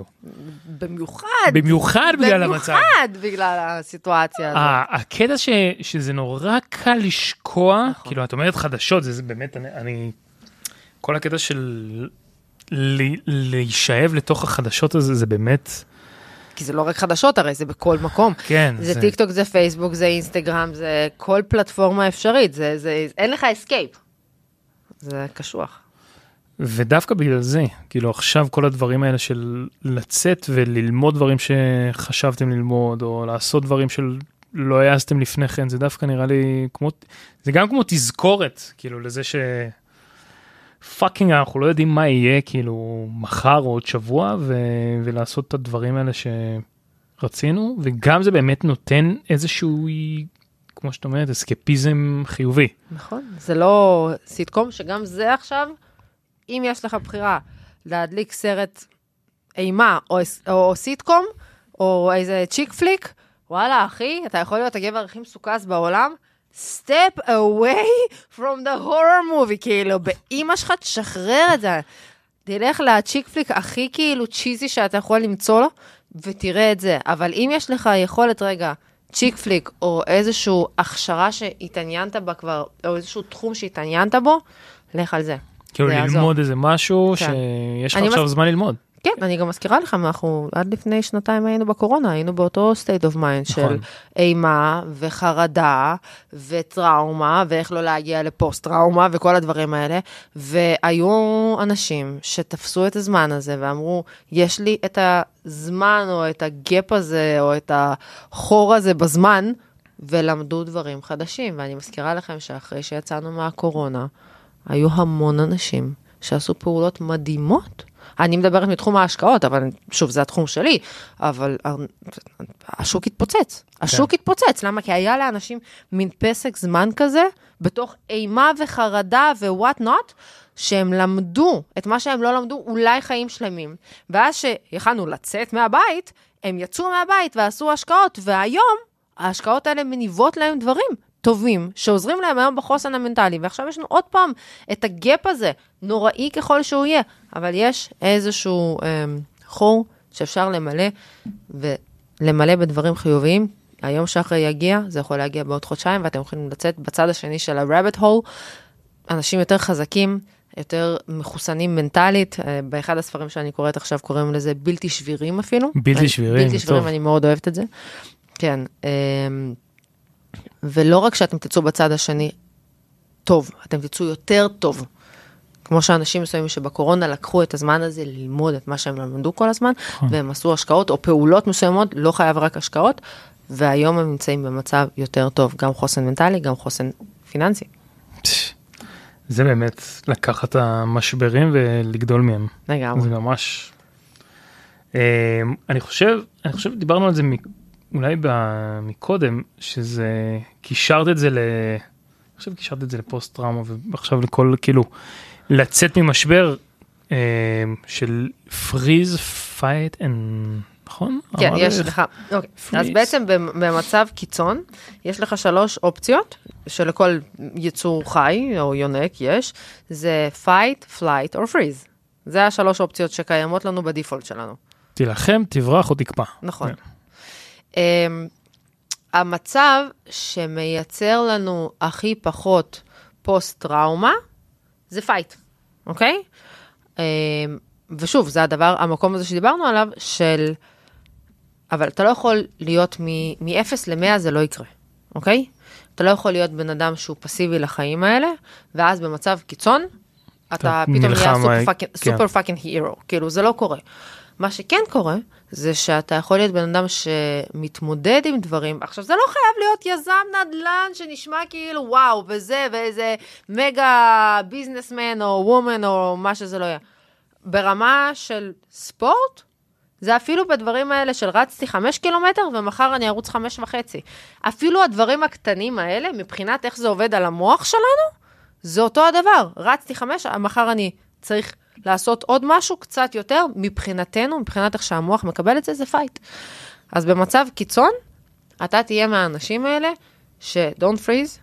במיוחד בגלל המצב. במיוחד בגלל הסיטואציה הזאת. הקטע שזה נורא קל לשקוע, כאילו, את אומרת חדשות, זה באמת, כל הקטע של להישאב לתוך החדשות הזה, זה באמת... כי זה לא רק חדשות, הרי זה בכל מקום. כן. זה טיק טוק, זה פייסבוק, זה אינסטגרם, זה כל פלטפורמה אפשרית, אין לך אסקייפ. זה קשוח. ודווקא בגלל זה, כאילו עכשיו כל הדברים האלה של לצאת וללמוד דברים שחשבתם ללמוד, או לעשות דברים שלא העזתם לפני כן, זה דווקא נראה לי כמו, זה גם כמו תזכורת, כאילו לזה פאקינג, אנחנו לא יודעים מה יהיה, כאילו מחר או עוד שבוע, ולעשות את הדברים האלה שרצינו, וגם זה באמת נותן איזשהו, כמו שאת אומרת, אסקפיזם חיובי. נכון, זה לא סיטקום, שגם זה עכשיו, אם יש לך בחירה להדליק סרט אימה או סיטקום, או איזה צ'יק פליק, וואלה אחי, אתה יכול להיות הגבר הכי מסוכס בעולם, step away from the horror movie, כאילו, באמא שלך תשחרר את זה. תלך לצ'יק פליק הכי כאילו צ'יזי שאתה יכול למצוא לו, ותראה את זה. אבל אם יש לך יכולת רגע, צ'יק פליק, או איזושהי הכשרה שהתעניינת בה כבר, או איזשהו תחום שהתעניינת בו, לך על זה. כאילו ללמוד איזה משהו שיש לך עכשיו זמן ללמוד. כן, אני גם מזכירה לך, אנחנו עד לפני שנתיים היינו בקורונה, היינו באותו state of mind של אימה וחרדה וטראומה, ואיך לא להגיע לפוסט-טראומה וכל הדברים האלה, והיו אנשים שתפסו את הזמן הזה ואמרו, יש לי את הזמן או את הגאפ הזה או את החור הזה בזמן, ולמדו דברים חדשים, ואני מזכירה לכם שאחרי שיצאנו מהקורונה, היו המון אנשים שעשו פעולות מדהימות, אני מדברת מתחום ההשקעות, אבל שוב, זה התחום שלי, אבל השוק התפוצץ. השוק התפוצץ, למה? כי היה לאנשים מין פסק זמן כזה, בתוך אימה וחרדה ו-what not, שהם למדו את מה שהם לא למדו, אולי חיים שלמים. ואז שיכלנו לצאת מהבית, הם יצאו מהבית ועשו השקעות, והיום ההשקעות האלה מניבות להם דברים טובים, שעוזרים להם היום בחוסן המנטלי, ועכשיו יש לנו עוד פעם את הגאפ הזה, נוראי ככל שהוא יהיה, אבל יש איזשהו חור שאפשר למלא, ולמלא בדברים חיוביים. היום שאחרי יגיע, זה יכול להגיע בעוד חודשיים, ואתם יכולים לצאת בצד השני של ה-rabbit hole, אנשים יותר חזקים, יותר מחוסנים מנטלית, באחד הספרים שאני קוראת עכשיו, קוראים לזה בלתי שבירים אפילו. בלתי שבירים, בלתי שבירים, אני מאוד אוהבת את זה. כן, ולא רק שאתם תצאו בצד השני טוב, אתם תצאו יותר טוב. כמו שאנשים מסוימים שבקורונה לקחו את הזמן הזה ללמוד את מה שהם למדו כל הזמן, והם עשו השקעות או פעולות מסוימות, לא חייב רק השקעות, והיום הם נמצאים במצב יותר טוב, גם חוסן מנטלי, גם חוסן פיננסי. זה באמת לקחת את המשברים ולגדול מהם. לגמרי. זה ממש... אני חושב, דיברנו על זה אולי מקודם, שזה, קישרת את זה קישרת את זה לפוסט טראומה, ועכשיו לכל, כאילו, לצאת ממשבר של freeze, fight and, נכון? כן, יש לך, אוקיי. אז בעצם במצב קיצון, יש לך 3 אופציות, שלכל יצור חי, או יונק יש, זה fight, flight or freeze. זה 3 אופציות שקיימות לנו בדיפולט שלנו. תילחם, תברח או תקפא. נכון. המצב שמייצר לנו הכי פחות פוסט-טראומה, זה פייט, אוקיי? ושוב, זה הדבר, המקום הזה שדיברנו עליו, אבל אתה לא יכול להיות מ-0 ל-100, זה לא יקרה, אוקיי? אתה לא יכול להיות בן אדם שהוא פסיבי לחיים האלה, ואז במצב קיצון, אתה פתאום נהיה סופר פאקינג הירו, כאילו זה לא קורה. מה שכן קורה, זה שאתה יכול להיות בן אדם שמתמודד עם דברים, עכשיו זה לא חייב להיות יזם נדל"ן שנשמע כאילו וואו, וזה ואיזה מגה ביזנסמן או וומן או מה שזה לא יהיה. ברמה של ספורט, זה אפילו בדברים האלה של רצתי 5 קילומטר ומחר אני ארוץ 5.5. אפילו הדברים הקטנים האלה, מבחינת איך זה עובד על המוח שלנו, זה אותו הדבר. רצתי 5, מחר אני צריך לעשות עוד משהו קצת יותר, מבחינתנו, מבחינת איך שהמוח מקבל את זה, זה פייט. אז במצב קיצון, אתה תהיה מהאנשים האלה, ש-don't freeze,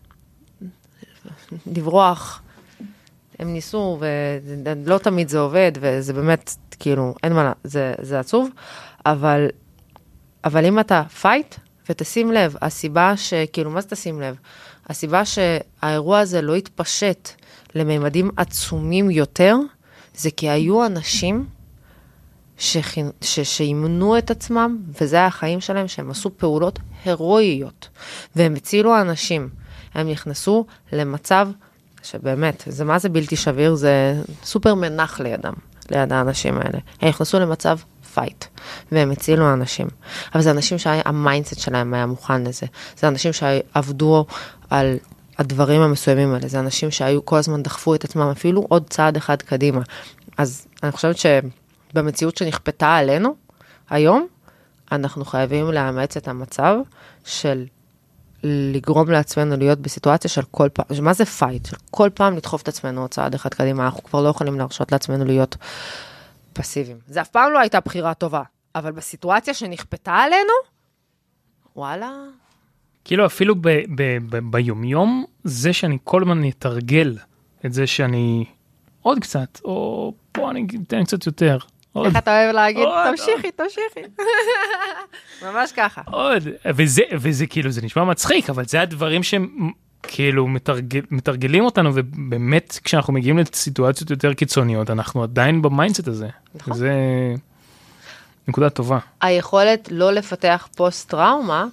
לברוח, הם ניסו, ולא תמיד זה עובד, וזה באמת, כאילו, אין מה, זה עצוב, אבל אם אתה פייט, ותשים לב, הסיבה כאילו, מה זה תשים לב? הסיבה שהאירוע הזה לא יתפשט לממדים עצומים יותר, זה כי היו אנשים שימנו את עצמם, וזה היה החיים שלהם, שהם עשו פעולות הירואיות, והם הצילו אנשים. הם נכנסו למצב שבאמת, זה מה זה בלתי שביר, זה סופר מנח ליד האנשים האלה. הם נכנסו למצב פייט, והם הצילו אנשים. אבל זה אנשים שהמיינדסט שלהם היה מוכן לזה. זה אנשים שעבדו על הדברים המסוימים האלה. זה אנשים שהיו כל הזמן דחפו את עצמם, אפילו עוד צעד אחד קדימה. אז אני חושבת שבמציאות שנכפתה עלינו, היום, אנחנו חייבים לאמץ את המצב של לגרום לעצמנו להיות בסיטואציה של כל פעם, מה זה פייט? של כל פעם לדחוף את עצמנו עוד צעד אחד קדימה, אנחנו כבר לא יכולים להרשות לעצמנו להיות פסיביים. זה אף פעם לא הייתה בחירה טובה, אבל בסיטואציה שנכפתה עלינו, וואלה, כאילו אפילו ביומיום, זה שאני כל הזמן אתרגל את זה שאני עוד קצת, או פה אני אתן קצת יותר. איך אתה אוהב להגיד, תמשיכי. ממש ככה. עוד, וזה כאילו, זה נשמע מצחיק, אבל זה הדברים שהם כאילו מתרגלים אותנו, ובאמת כשאנחנו מגיעים לסיטואציות יותר קיצוניות, אנחנו עדיין במיינדסט הזה. נכון. זה נקודה טובה. היכולת לא לפתח פוסט-טראומה,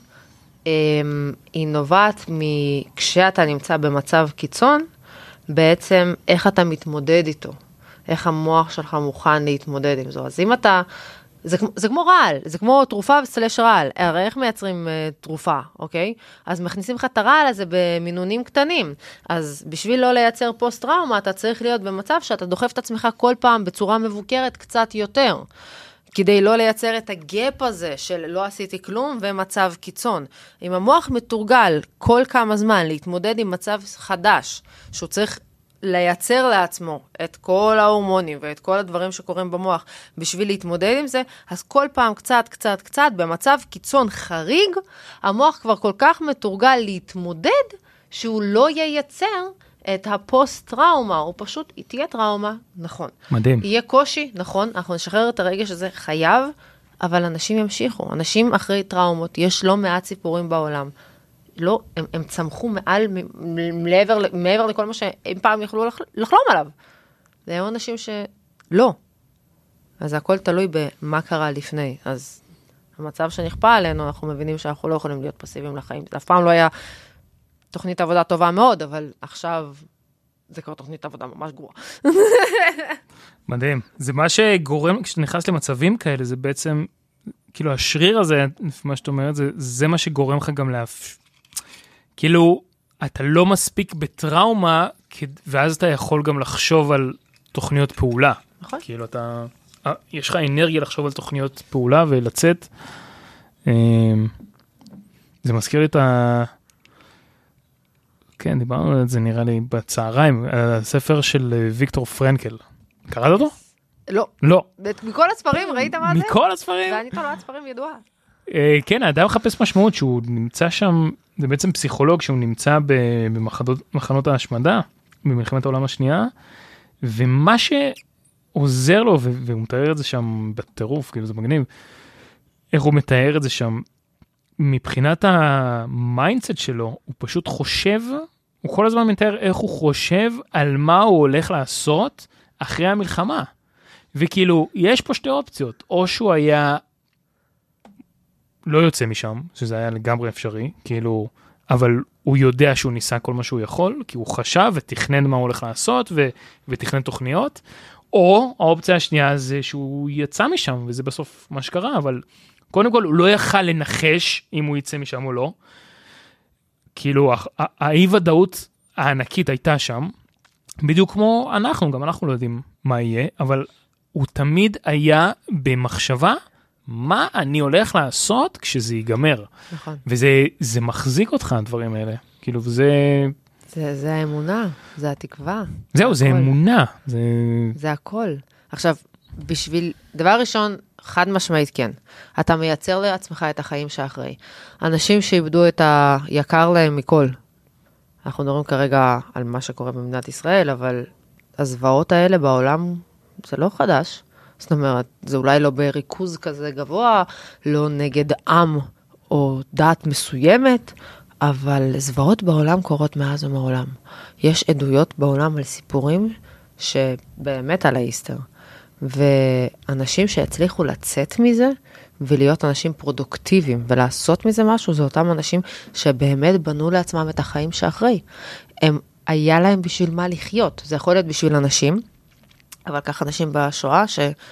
היא נובעת כשאתה נמצא במצב קיצון, בעצם איך אתה מתמודד איתו, איך המוח שלך מוכן להתמודד עם זו. אז אם אתה, זה כמו רעל, זה כמו תרופה / רעל, הרי איך מייצרים תרופה, אוקיי? אז מכניסים לך את הרעל הזה במינונים קטנים, אז בשביל לא לייצר פוסט-טראומה, אתה צריך להיות במצב שאתה דוחף את עצמך כל פעם בצורה מבוקרת קצת יותר. כדי לא לייצר את הגאפ הזה של לא עשיתי כלום ומצב קיצון. אם המוח מתורגל כל כמה זמן להתמודד עם מצב חדש, שהוא צריך לייצר לעצמו את כל ההורמונים ואת כל הדברים שקורים במוח בשביל להתמודד עם זה, אז כל פעם קצת, במצב קיצון חריג, המוח כבר כל כך מתורגל להתמודד, שהוא לא ייצר את הפוסט-טראומה, הוא פשוט, תהיה טראומה, נכון. מדהים. יהיה קושי, נכון, אנחנו נשחרר את הרגש הזה, חייב, אבל אנשים ימשיכו. אנשים אחרי טראומות, יש לא מעט סיפורים בעולם. לא, הם צמחו מעבר לכל מה שהם פעם יכלו לחלום עליו. זה היו אנשים שלא. אז הכל תלוי במה קרה לפני. אז המצב שנכפה עלינו, אנחנו מבינים שאנחנו לא יכולים להיות פסיביים לחיים. זה אף פעם לא היה תוכנית עבודה טובה מאוד, אבל עכשיו זה כבר תוכנית עבודה ממש גרועה. מדהים. זה מה שגורם, כשאתה נכנס למצבים כאלה, זה בעצם, כאילו השריר הזה, מה שאת אומרת, זה מה שגורם לך גם כאילו, אתה לא מספיק בטראומה, ואז אתה יכול גם לחשוב על תוכניות פעולה. נכון. כאילו יש לך אנרגיה לחשוב על תוכניות פעולה ולצאת. זה מזכיר לי כן, דיברנו על זה נראה לי בצהריים, הספר של ויקטור פרנקל. קראת אותו? לא. לא. מכל הספרים, ראית מה זה? מכל הספרים? ואני תולעת ספרים ידועה. כן, האדם מחפש משמעות שהוא נמצא שם, זה בעצם פסיכולוג שהוא נמצא במחנות ההשמדה, במלחמת העולם השנייה, ומה שעוזר לו, והוא מתאר את זה שם בטירוף, כאילו זה מגניב, איך הוא מתאר את זה שם, מבחינת המיינדסט שלו, הוא פשוט חושב, הוא כל הזמן מתאר איך הוא חושב על מה הוא הולך לעשות אחרי המלחמה. וכאילו, יש פה שתי אופציות, או שהוא היה לא יוצא משם, שזה היה לגמרי אפשרי, כאילו, אבל הוא יודע שהוא ניסה כל מה שהוא יכול, כי הוא חשב ותכנן מה הוא הולך לעשות, ותכנן תוכניות, או האופציה השנייה זה שהוא יצא משם, וזה בסוף מה שקרה, אבל קודם כל הוא לא יכל לנחש אם הוא יצא משם או לא, כאילו, האי-ודאות הענקית הייתה שם, בדיוק כמו אנחנו, גם אנחנו לא יודעים מה יהיה, אבל הוא תמיד היה במחשבה, מה אני הולך לעשות כשזה ייגמר. נכון. וזה מחזיק אותך, הדברים האלה. כאילו, זה האמונה, זה התקווה. זהו, זה אמונה. זה הכל. עכשיו, דבר ראשון, חד משמעית כן. אתה מייצר לעצמך את החיים שאחרי. אנשים שאיבדו את היקר להם מכל. אנחנו מדברים כרגע על מה שקורה במדינת ישראל, אבל הזוועות האלה בעולם, זה לא חדש. זאת אומרת, זה אולי לא בריכוז כזה גבוה, לא נגד עם או דת מסוימת, אבל זוועות בעולם קורות מאז ומעולם. יש עדויות בעולם על סיפורים שבאמת על האיסטר. ואנשים שהצליחו לצאת מזה, ולהיות אנשים פרודוקטיביים, ולעשות מזה משהו, זה אותם אנשים שבאמת בנו לעצמם את החיים שאחרי. היה להם בשביל מה לחיות. זה יכול להיות בשביל אנשים, אבל כך אנשים בשואה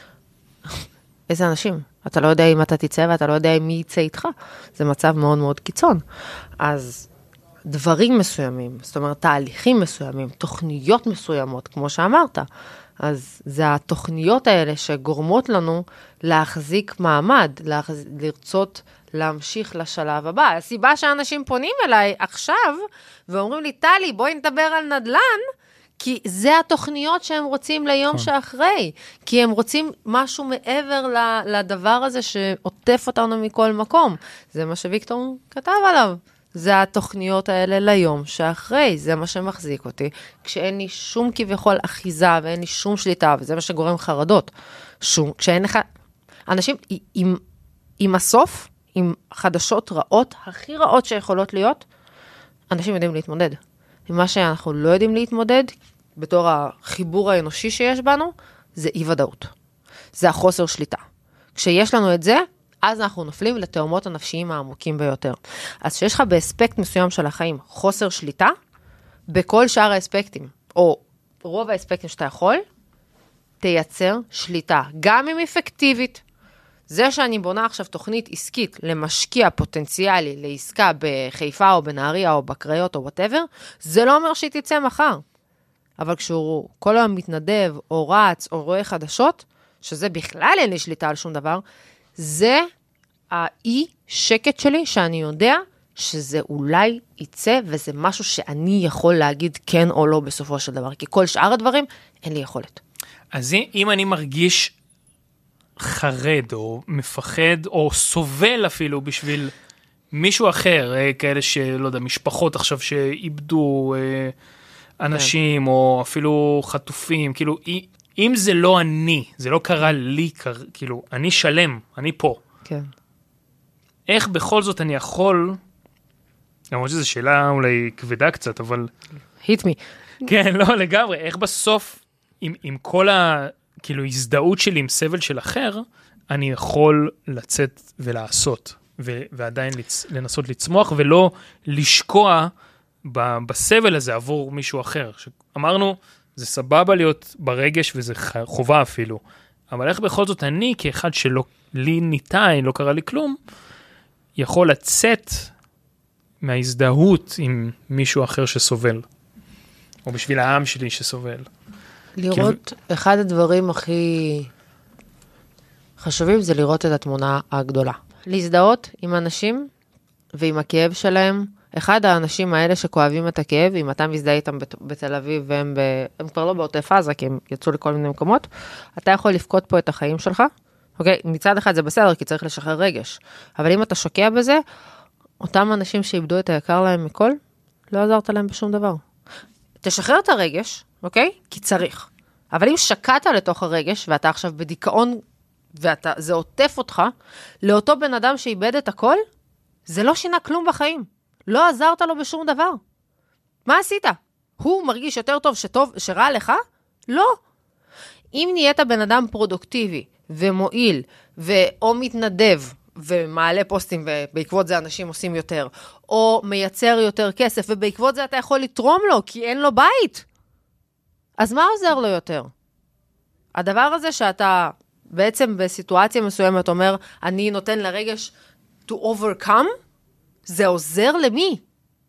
איזה אנשים? אתה לא יודע אם אתה תצא ואתה לא יודע מי יצא איתך. זה מצב מאוד מאוד קיצון. אז דברים מסוימים, זאת אומרת תהליכים מסוימים, תוכניות מסוימות, כמו שאמרת. אז זה התוכניות האלה שגורמות לנו להחזיק מעמד, לרצות להמשיך לשלב הבא. הסיבה שאנשים פונים אליי עכשיו ואומרים לי, טלי, בואי נדבר על נדל"ן, כי זה התוכניות שהם רוצים ליום שאחרי, כי הם רוצים משהו מעבר לדבר הזה שעוטף אותנו מכל מקום. זה מה שוויקטור כתב עליו. זה התוכניות האלה ליום שאחרי, זה מה שמחזיק אותי, כשאין לי שום כביכול אחיזה, ואין לי שום שליטה, וזה מה שגורם חרדות. כשאין לך, אנשים עם הסוף, עם חדשות רעות, הכי רעות שיכולות להיות, אנשים יודעים להתמודד. עם מה שאנחנו לא יודעים להתמודד, בתור החיבור האנושי שיש בנו, זה אי-ודאות. זה החוסר שליטה. כשיש לנו את זה, אז אנחנו נופלים לתאומות הנפשיים העמוקים ביותר. אז שיש לך באספקט מסוים של החיים חוסר שליטה, בכל שאר האספקטים, או רוב האספקטים שאתה יכול, תייצר שליטה, גם אם אפקטיבית. זה שאני בונה עכשיו תוכנית עסקית למשקיע פוטנציאלי לעסקה בחיפה או בנהריה או בקריות או whatever, זה לא אומר שהיא תצא מחר. אבל כשהוא כל היום מתנדב או רץ או רואה חדשות, שזה בכלל אין לי שליטה על שום דבר, זה האי שקט שלי שאני יודע שזה אולי יצא וזה משהו שאני יכול להגיד כן או לא בסופו של דבר, כי כל שאר הדברים אין לי יכולת. אז אם אני מרגיש חרד או מפחד או סובל אפילו בשביל מישהו אחר, כאלה שלא יודע, משפחות עכשיו שאיבדו אנשים או אפילו חטופים, כאילו אם זה לא אני, זה לא קרה לי, כאילו אני שלם, אני פה. כן. איך בכל זאת אני יכול, למרות שזו שאלה אולי כבדה קצת, אבל... hit me. כן, לא, לגמרי. איך בסוף, עם כל כאילו הזדהות שלי עם סבל של אחר, אני יכול לצאת ולעשות, ועדיין לנסות לצמוח, ולא לשקוע בסבל הזה עבור מישהו אחר. אמרנו, זה סבבה להיות ברגש, וזה חובה אפילו. אבל איך בכל זאת אני, כאחד שלא לי ניתן, לא קרה לי כלום, יכול לצאת מההזדהות עם מישהו אחר שסובל, או בשביל העם שלי שסובל. לראות, אחד הדברים הכי חשובים זה לראות את התמונה הגדולה. להזדהות עם אנשים ועם הכאב שלהם. אחד האנשים האלה שכואבים את הכאב, אם אתה מזדהה איתם בתל אביב, והם כבר לא בעוטף עזה, כי הם יצאו לכל מיני מקומות, אתה יכול לפקוד פה את החיים שלך. אוקיי, מצד אחד זה בסדר, כי צריך לשחרר רגש. אבל אם אתה שוקע בזה, אותם אנשים שאיבדו את היקר להם מכל, לא עזרת להם בשום דבר. תשחרר את הרגש, אוקיי? כי צריך. אבל אם שקעת לתוך הרגש, ואתה עכשיו בדיכאון, וזה עוטף אותך, לאותו בן אדם שאיבד את הכל, זה לא שינה כלום בחיים. לא עזרת לו בשום דבר. מה עשית? הוא מרגיש יותר טוב שרע לך? לא. אם נהיית בן אדם פרודוקטיבי, ומועיל, או מתנדב, ומעלה פוסטים, ובעקבות זה אנשים עושים יותר, או מייצר יותר כסף, ובעקבות זה אתה יכול לתרום לו, כי אין לו בית. אז מה עוזר לו יותר? הדבר הזה שאתה בעצם בסיטואציה מסוימת אומר, אני נותן לרגש to overcome, זה עוזר למי?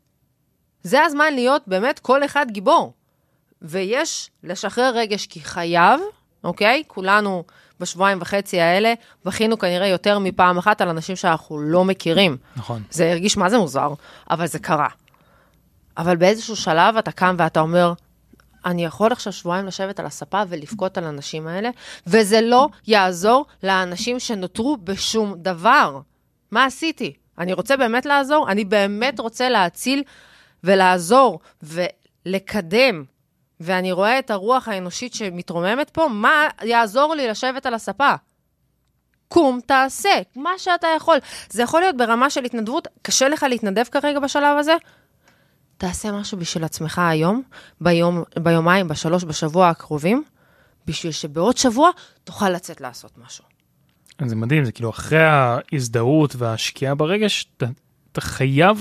זה הזמן להיות באמת כל אחד גיבור. ויש לשחרר רגש כי חייב, אוקיי? כולנו בשבועיים וחצי האלה, בכינו כנראה יותר מפעם אחת על אנשים שאנחנו לא מכירים. נכון. זה הרגיש מה זה מוזר, אבל זה קרה. אבל באיזשהו שלב אתה קם ואתה אומר, אני יכול עכשיו שבועיים לשבת על הספה ולפקוט על האנשים האלה, וזה לא יעזור לאנשים שנותרו בשום דבר. מה עשיתי? אני רוצה באמת לעזור? אני באמת רוצה להציל ולעזור ולקדם. ואני רואה את הרוח האנושית שמתרוממת פה, מה יעזור לי לשבת על הספה? קום, תעשה, מה שאתה יכול. זה יכול להיות ברמה של התנדבות, קשה לך להתנדב כרגע בשלב הזה? תעשה משהו בשביל עצמך היום, ביומיים, בשלוש, בשבוע הקרובים, בשביל שבעוד שבוע תוכל לצאת לעשות משהו. זה מדהים, זה כאילו אחרי ההזדהות והשקיעה ברגש, אתה חייב,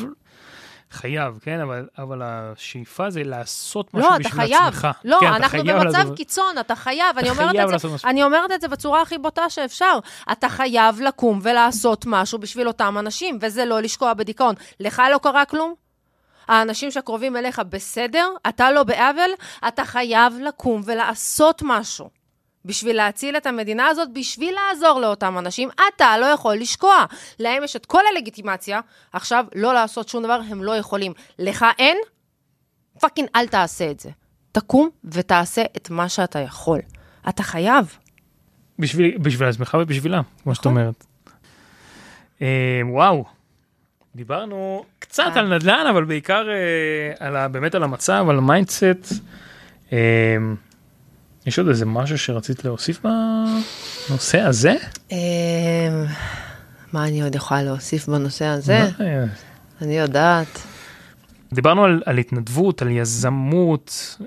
כן, אבל השאיפה זה לעשות משהו בשביל עצמך. לא, כן, אנחנו במצב קיצון, אתה חייב, אני אומרת את זה בצורה הכי בוטה שאפשר, אתה חייב לקום ולעשות משהו בשביל אותם אנשים, וזה לא לשקוע בדיכאון. לך לא קרה כלום? האנשים שקרובים אליך בסדר, אתה לא בעוול, אתה חייב לקום ולעשות משהו. בשביל להציל את המדינה הזאת, בשביל לעזור לאותם אנשים, אתה לא יכול לשקוע. להם יש את כל הלגיטימציה, עכשיו לא לעשות שום דבר, הם לא יכולים. לך אין, פאקינג אל תעשה את זה. תקום ותעשה את מה שאתה יכול. אתה חייב. בשביל עצמך ובשבילה, כמו שאת אומרת. וואו, דיברנו קצת על נדל"ן, אבל בעיקר באמת על המצב, על המיינדסט. יש עוד איזה משהו שרצית להוסיף בנושא הזה? מה אני עוד יכולה להוסיף בנושא הזה? אני יודעת. דיברנו על התנדבות, על יזמות,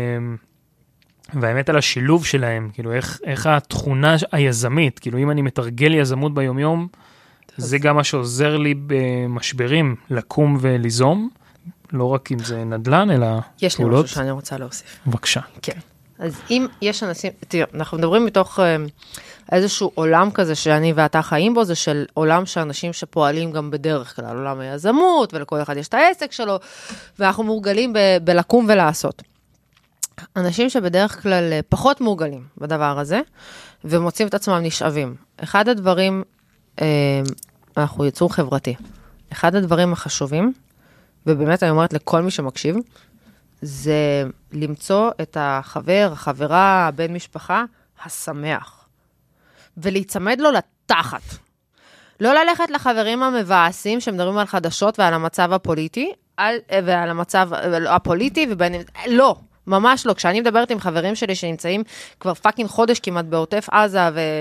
והאמת על השילוב שלהם, כאילו איך התכונה היזמית, כאילו אם אני מתרגל יזמות ביומיום, זה גם מה שעוזר לי במשברים, לקום וליזום, לא רק אם זה נדל"ן, אלא יש לי משהו שאני רוצה להוסיף. בבקשה. כן. אז אם יש אנשים, תראה, אנחנו מדברים מתוך איזשהו עולם כזה שאני ואתה חיים בו, זה של עולם שאנשים שפועלים גם בדרך כלל, עולם היזמות, ולכל אחד יש את העסק שלו, ואנחנו מורגלים בלקום ולעשות. אנשים שבדרך כלל פחות מורגלים בדבר הזה, ומוצאים את עצמם נשאבים. אחד הדברים, אנחנו יצור חברתי, אחד הדברים החשובים, ובאמת אני אומרת לכל מי שמקשיב, זה למצוא את החבר, החברה, הבן משפחה, השמח. ולהיצמד לו לתחת. לא ללכת לחברים המבאסים שמדברים על חדשות ועל המצב הפוליטי, ועל המצב הפוליטי, לא, ממש לא. כשאני מדברת עם חברים שלי שנמצאים כבר פאקינג חודש כמעט בעוטף עזה,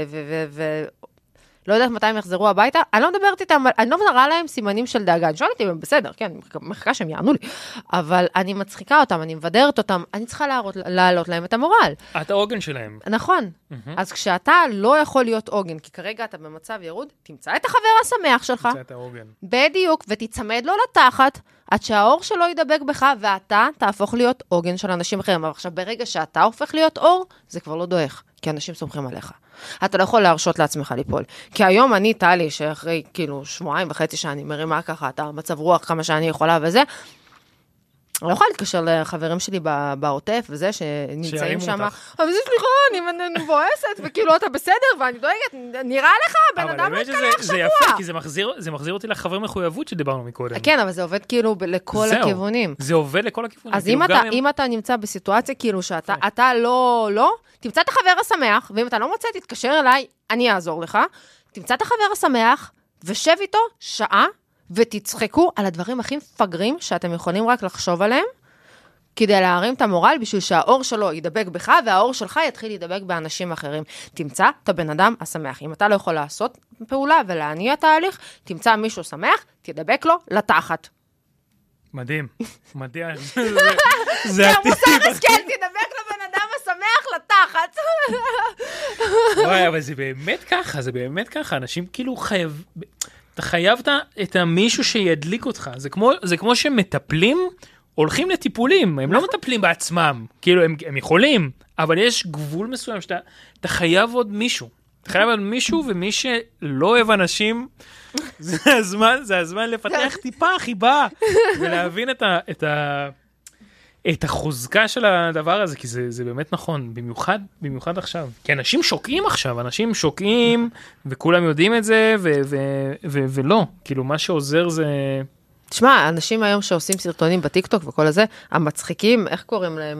לא יודעת מתי הם יחזרו הביתה, אני לא מדברת איתם, אני לא מראה להם סימנים של דאגה, אני שואלת אותי, בסדר, כן, מחכה שהם יענו לי, אבל אני מצחיקה אותם, אני מבדרת אותם, אני צריכה להעלות להם את המורל. את העוגן שלהם. נכון. אז כשאתה לא יכול להיות עוגן, כי כרגע אתה במצב ירוד, תמצא את החבר השמח שלך. תמצא את העוגן. בדיוק, ותצמד לו לתחת, עד שהאור שלו ידבק בך, ואתה תהפוך להיות עוגן של אנשים אחרים. אבל עכשיו, ברגע שאתה הופך להיות אור, זה כבר לא דועך, כי אנשים סומכים עליך. אתה לא יכול להרשות לעצמך ליפול. כי היום אני, טלי, שאחרי כאילו 2.5 שאני מרימה ככה, אתה מצב רוח כמה שאני יכולה וזה, אני לא יכולה להתקשר לחברים שלי בעוטף וזה, שנמצאים שם. אבל זה סליחה, אני מבואסת, וכאילו אתה בסדר, ואני דואגת, נראה לך, בן אדם לא תקלח שבוע. זה יפה, כי זה מחזיר אותי לחבר מחויבות שדיברנו מקודם. כן, אבל זה עובד כאילו לכל הכיוונים. זה עובד לכל הכיוונים. אז אם אתה נמצא בסיטואציה כאילו שאתה לא, תמצא את החבר השמח, ואם אתה לא מוצא, תתקשר אליי, אני אעזור לך. תמצא את החבר השמח, ושב איתו שעה, ותצחקו על הדברים הכי מפגרים שאתם יכולים רק לחשוב עליהם, כדי להרים את המורל בשביל שהאור שלו ידבק בך, והאור שלך יתחיל להידבק באנשים אחרים. תמצא את הבן אדם השמח. אם אתה לא יכול לעשות פעולה ולהניע תהליך, תמצא מישהו שמח, תדבק לו לתחת. מדהים, מדהים. זה מוסר השכל, תדבק לבן אדם השמח לתחת. וואי, אבל זה באמת ככה, זה באמת ככה. אנשים כאילו אתה חייבת את המישהו שידליק אותך. זה כמו שמטפלים, הולכים לטיפולים, הם לא מטפלים בעצמם. כאילו, הם יכולים, אבל יש גבול מסוים שאתה חייב עוד מישהו. אתה חייב עוד מישהו, ומי שלא אוהב אנשים, זה הזמן לפתח טיפה חיבה, ולהבין את החוזקה של הדבר הזה, כי זה באמת נכון, במיוחד עכשיו. כי אנשים שוקעים עכשיו, וכולם יודעים את זה, ולא. כאילו, מה שעוזר זה... תשמע, אנשים היום שעושים סרטונים בטיקטוק וכל הזה, המצחיקים, איך קוראים להם?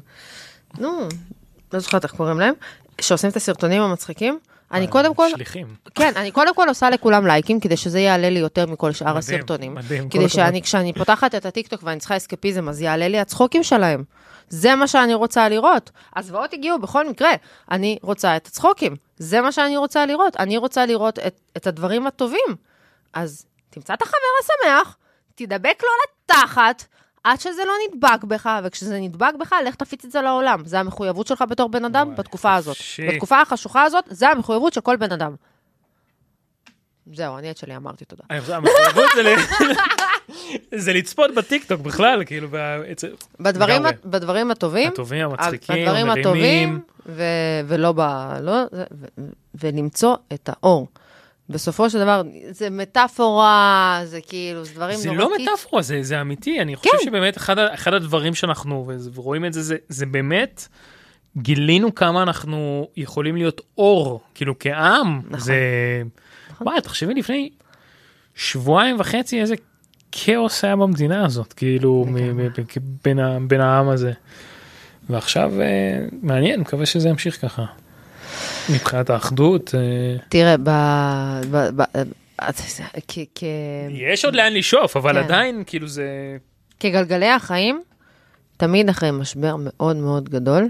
לא זוכרת איך קוראים להם, שעושים את הסרטונים המצחיקים, אני קודם כל... שליחים. כן, אני קודם כל עושה לכולם לייקים, כדי שזה יעלה לי יותר מכל שאר הסרטונים. מדהים. כדי כשאני פותחת את הטיקטוק ואני צריכה אסקפיזם, אז יעלה לי הצחוקים שלהם. זה מה שאני רוצה לראות. הזוועות הגיעו בכל מקרה. אני רוצה את הצחוקים. זה מה שאני רוצה לראות. אני רוצה לראות את הדברים הטובים. אז תמצא את החבר השמח, תדבק לו לתחת, עד שזה לא נדבק בך, וכשזה נדבק בך, לך תפיץ את זה לעולם. זה המחויבות שלך בתור בן אדם בתקופה הזאת. בתקופה החשוכה הזאת, זה המחויבות של כל בן אדם. זהו, אני את שלי אמרתי תודה. המחויבות זה לצפות בטיקטוק בכלל, כאילו... בדברים הטובים. הטובים, המצחיקים, בדברים הטובים, ולא ולמצוא את האור. בסופו של דבר, זה מטאפורה, זה כאילו, זה דברים נורא... זה לא מטאפורה, זה אמיתי. אני חושב שבאמת אחד הדברים שאנחנו רואים את זה, זה באמת, גילינו כמה אנחנו יכולים להיות אור, כאילו כעם. זה... וואי, תחשבי לפני 2.5 שבועות, איזה כאוס היה במדינה הזאת, כאילו, בין העם הזה. ועכשיו, מעניין, מקווה שזה ימשיך ככה. מבחינת האחדות. תראה, יש עוד לאן לשאוף, אבל כן. עדיין, כאילו זה... כגלגלי החיים, תמיד אחרי משבר מאוד מאוד גדול,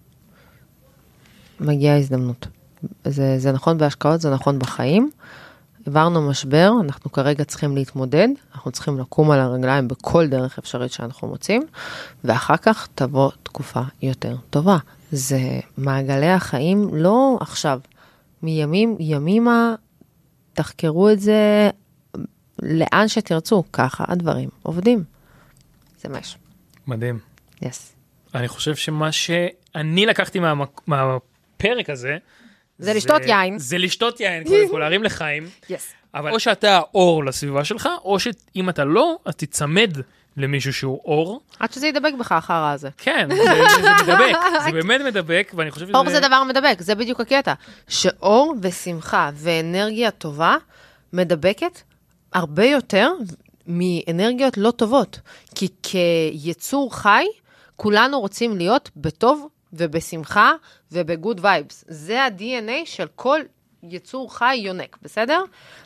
מגיעה הזדמנות. זה נכון בהשקעות, זה נכון בחיים. עברנו משבר, אנחנו כרגע צריכים להתמודד, אנחנו צריכים לקום על הרגליים בכל דרך אפשרית שאנחנו מוצאים, ואחר כך תבוא תקופה יותר טובה. זה מעגלי החיים לא עכשיו, מימים, ימימה, תחקרו את זה לאן שתרצו, ככה הדברים עובדים. זה משהו. מדהים. Yes. אני חושב שמה שאני לקחתי מהפרק הזה, זה לשתות יין. זה לשתות יין, קודם כל, להרים לחיים. Yes. אבל או שאתה האור לסביבה שלך, או שאם אתה לא, אז תצמד למישהו שהוא אור. עד שזה ידבק בך החרא הזה. כן, זה מדבק, זה באמת מדבק, ואני חושב שזה... אור זה דבר מדבק, זה בדיוק הקטע. שאור ושמחה ואנרגיה טובה מדבקת הרבה יותר מאנרגיות לא טובות. כי כיצור חי, כולנו רוצים להיות בטוב ובשמחה ובגוד וייבס. זה ה-DNA של כל יצור חי יונק, בסדר?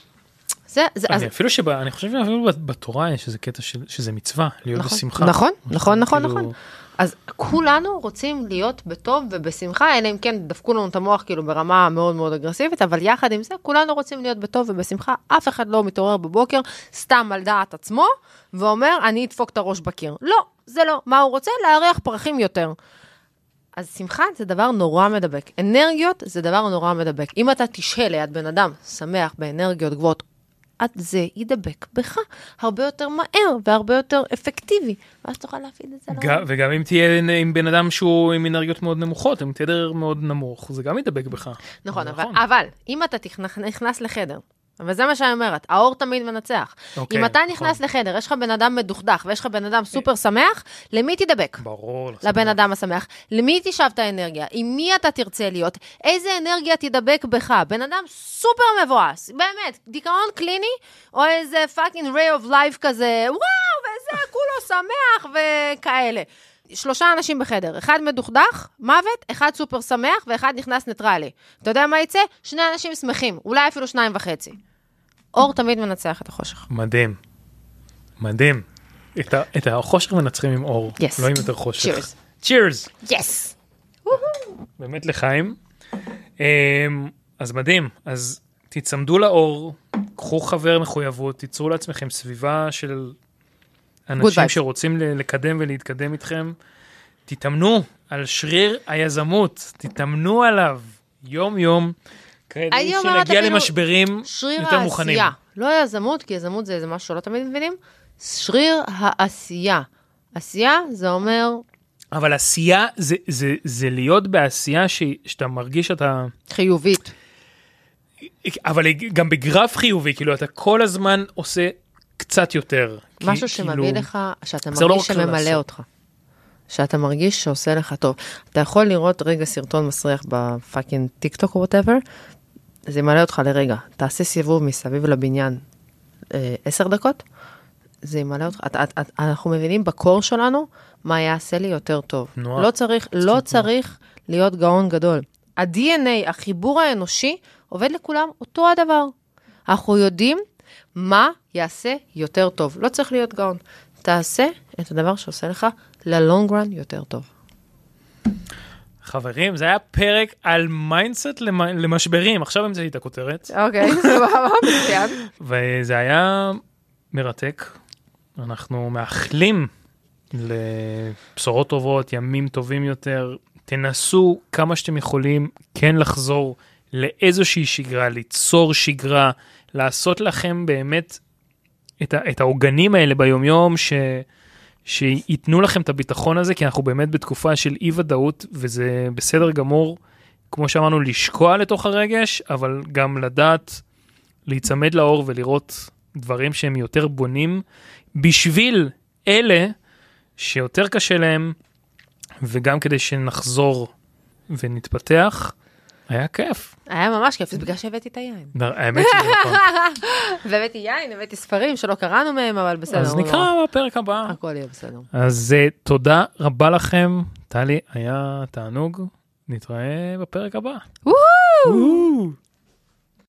אפילו אני חושב שאפילו בתורה יש איזה קטע שזה מצווה, להיות בשמחה. נכון. אז כולנו רוצים להיות בטוב ובשמחה, אלא אם כן דפקו לנו את המוח כאילו ברמה מאוד מאוד אגרסיבית, אבל יחד עם זה, כולנו רוצים להיות בטוב ובשמחה, אף אחד לא מתעורר בבוקר, סתם על דעת עצמו, ואומר, אני אדפוק את הראש בקיר. לא, זה לא. מה הוא רוצה? להריח פרחים יותר. אז שמחה זה דבר נורא מדבק. אנרגיות זה דבר נורא מדבק. אם אתה תשהה ליד בן אדם שמח באנרגיות גבוהות, זה ידבק בך הרבה יותר מהר והרבה יותר אפקטיבי, ואז תוכל להפיד את זה לעולם. וגם אם תהיה עם בן אדם שהוא עם אנרגיות מאוד נמוכות, עם תדר מאוד נמוך, זה גם ידבק בך. נכון, אבל אם אתה נכנס לחדר, וזה מה שאני אומרת, האור תמיד מנצח. אם אתה נכנס לחדר, יש לך בן אדם מדוכדך, ויש לך בן אדם סופר שמח, למי תדבק? ברור. לבן אדם השמח. למי תשאב את האנרגיה? עם מי אתה תרצה להיות? איזה אנרגיה תדבק בך? בן אדם סופר מבואס, באמת, דיכאון קליני, או איזה fucking ray of life כזה, וואו, וזה כולו שמח וכאלה. 3 אנשים בחדר, אחד מדוכדך, מוות, אחד סופר שמח, ואחד נכנס ניטרלי. אתה יודע מה יצא? 2 אנשים שמחים, אולי אפילו 2.5. אור תמיד מנצח את החושך. מדהים. מדהים. את החושך מנצחים עם אור. Yes. לא עם יותר חושך. Cheers. Cheers. Yes. באמת לחיים. אז מדהים. אז תצמדו לאור, קחו חבר מחויבות, תיצרו לעצמכם סביבה של אנשים שרוצים לקדם ולהתקדם איתכם. תתאמנו על שריר היזמות. תתאמנו עליו יום-יום. כדי שנגיע למשברים יותר מוכנים. לא יזמות, כי יזמות זה משהו שלא תמיד מבינים. שריר העשייה. עשייה זה אומר... אבל עשייה זה להיות בעשייה שאתה מרגיש שאתה... חיובית. אבל גם בגרף חיובי, כאילו אתה כל הזמן עושה קצת יותר. משהו שמביא לך, שאתה מרגיש שממלא אותך. שאתה מרגיש שעושה לך טוב. אתה יכול לראות רגע סרטון מסריח בפאקינג טיק טוק או whatever, זה ימלא אותך לרגע. תעשה סיבוב מסביב לבניין 10 דקות, זה ימלא אותך. אנחנו מבינים בקור שלנו מה יעשה לי יותר טוב. לא צריך להיות גאון גדול. ה-DNA, החיבור האנושי, עובד לכולם אותו הדבר. אנחנו יודעים מה יעשה יותר טוב. לא צריך להיות גאון. תעשה את הדבר שעושה לך ל-long run יותר טוב. חברים, זה היה פרק על מיינדסט למשברים. עכשיו המצאתי את הכותרת. אוקיי, סבבה, מצוין. וזה היה מרתק. אנחנו מאחלים לבשורות טובות, ימים טובים יותר. תנסו כמה שאתם יכולים כן לחזור לאיזושהי שגרה, ליצור שגרה, לעשות לכם באמת את העוגנים האלה ביומיום שיתנו לכם את הביטחון הזה, כי אנחנו באמת בתקופה של אי-ודאות, וזה בסדר גמור, כמו שאמרנו, לשקוע לתוך הרגש, אבל גם לדעת להיצמד לאור ולראות דברים שהם יותר בונים, בשביל אלה שיותר קשה להם, וגם כדי שנחזור ונתפתח, היה כיף. היה ממש כיף, זה בגלל שהבאתי את היין. האמת שזה נכון. והבאתי יין, הבאתי ספרים שלא קראנו מהם, אבל בסדר. אז נקרא בפרק הבא. הכל יהיה בסדר. אז תודה רבה לכם. טלי, היה תענוג. נתראה בפרק הבא. וואו!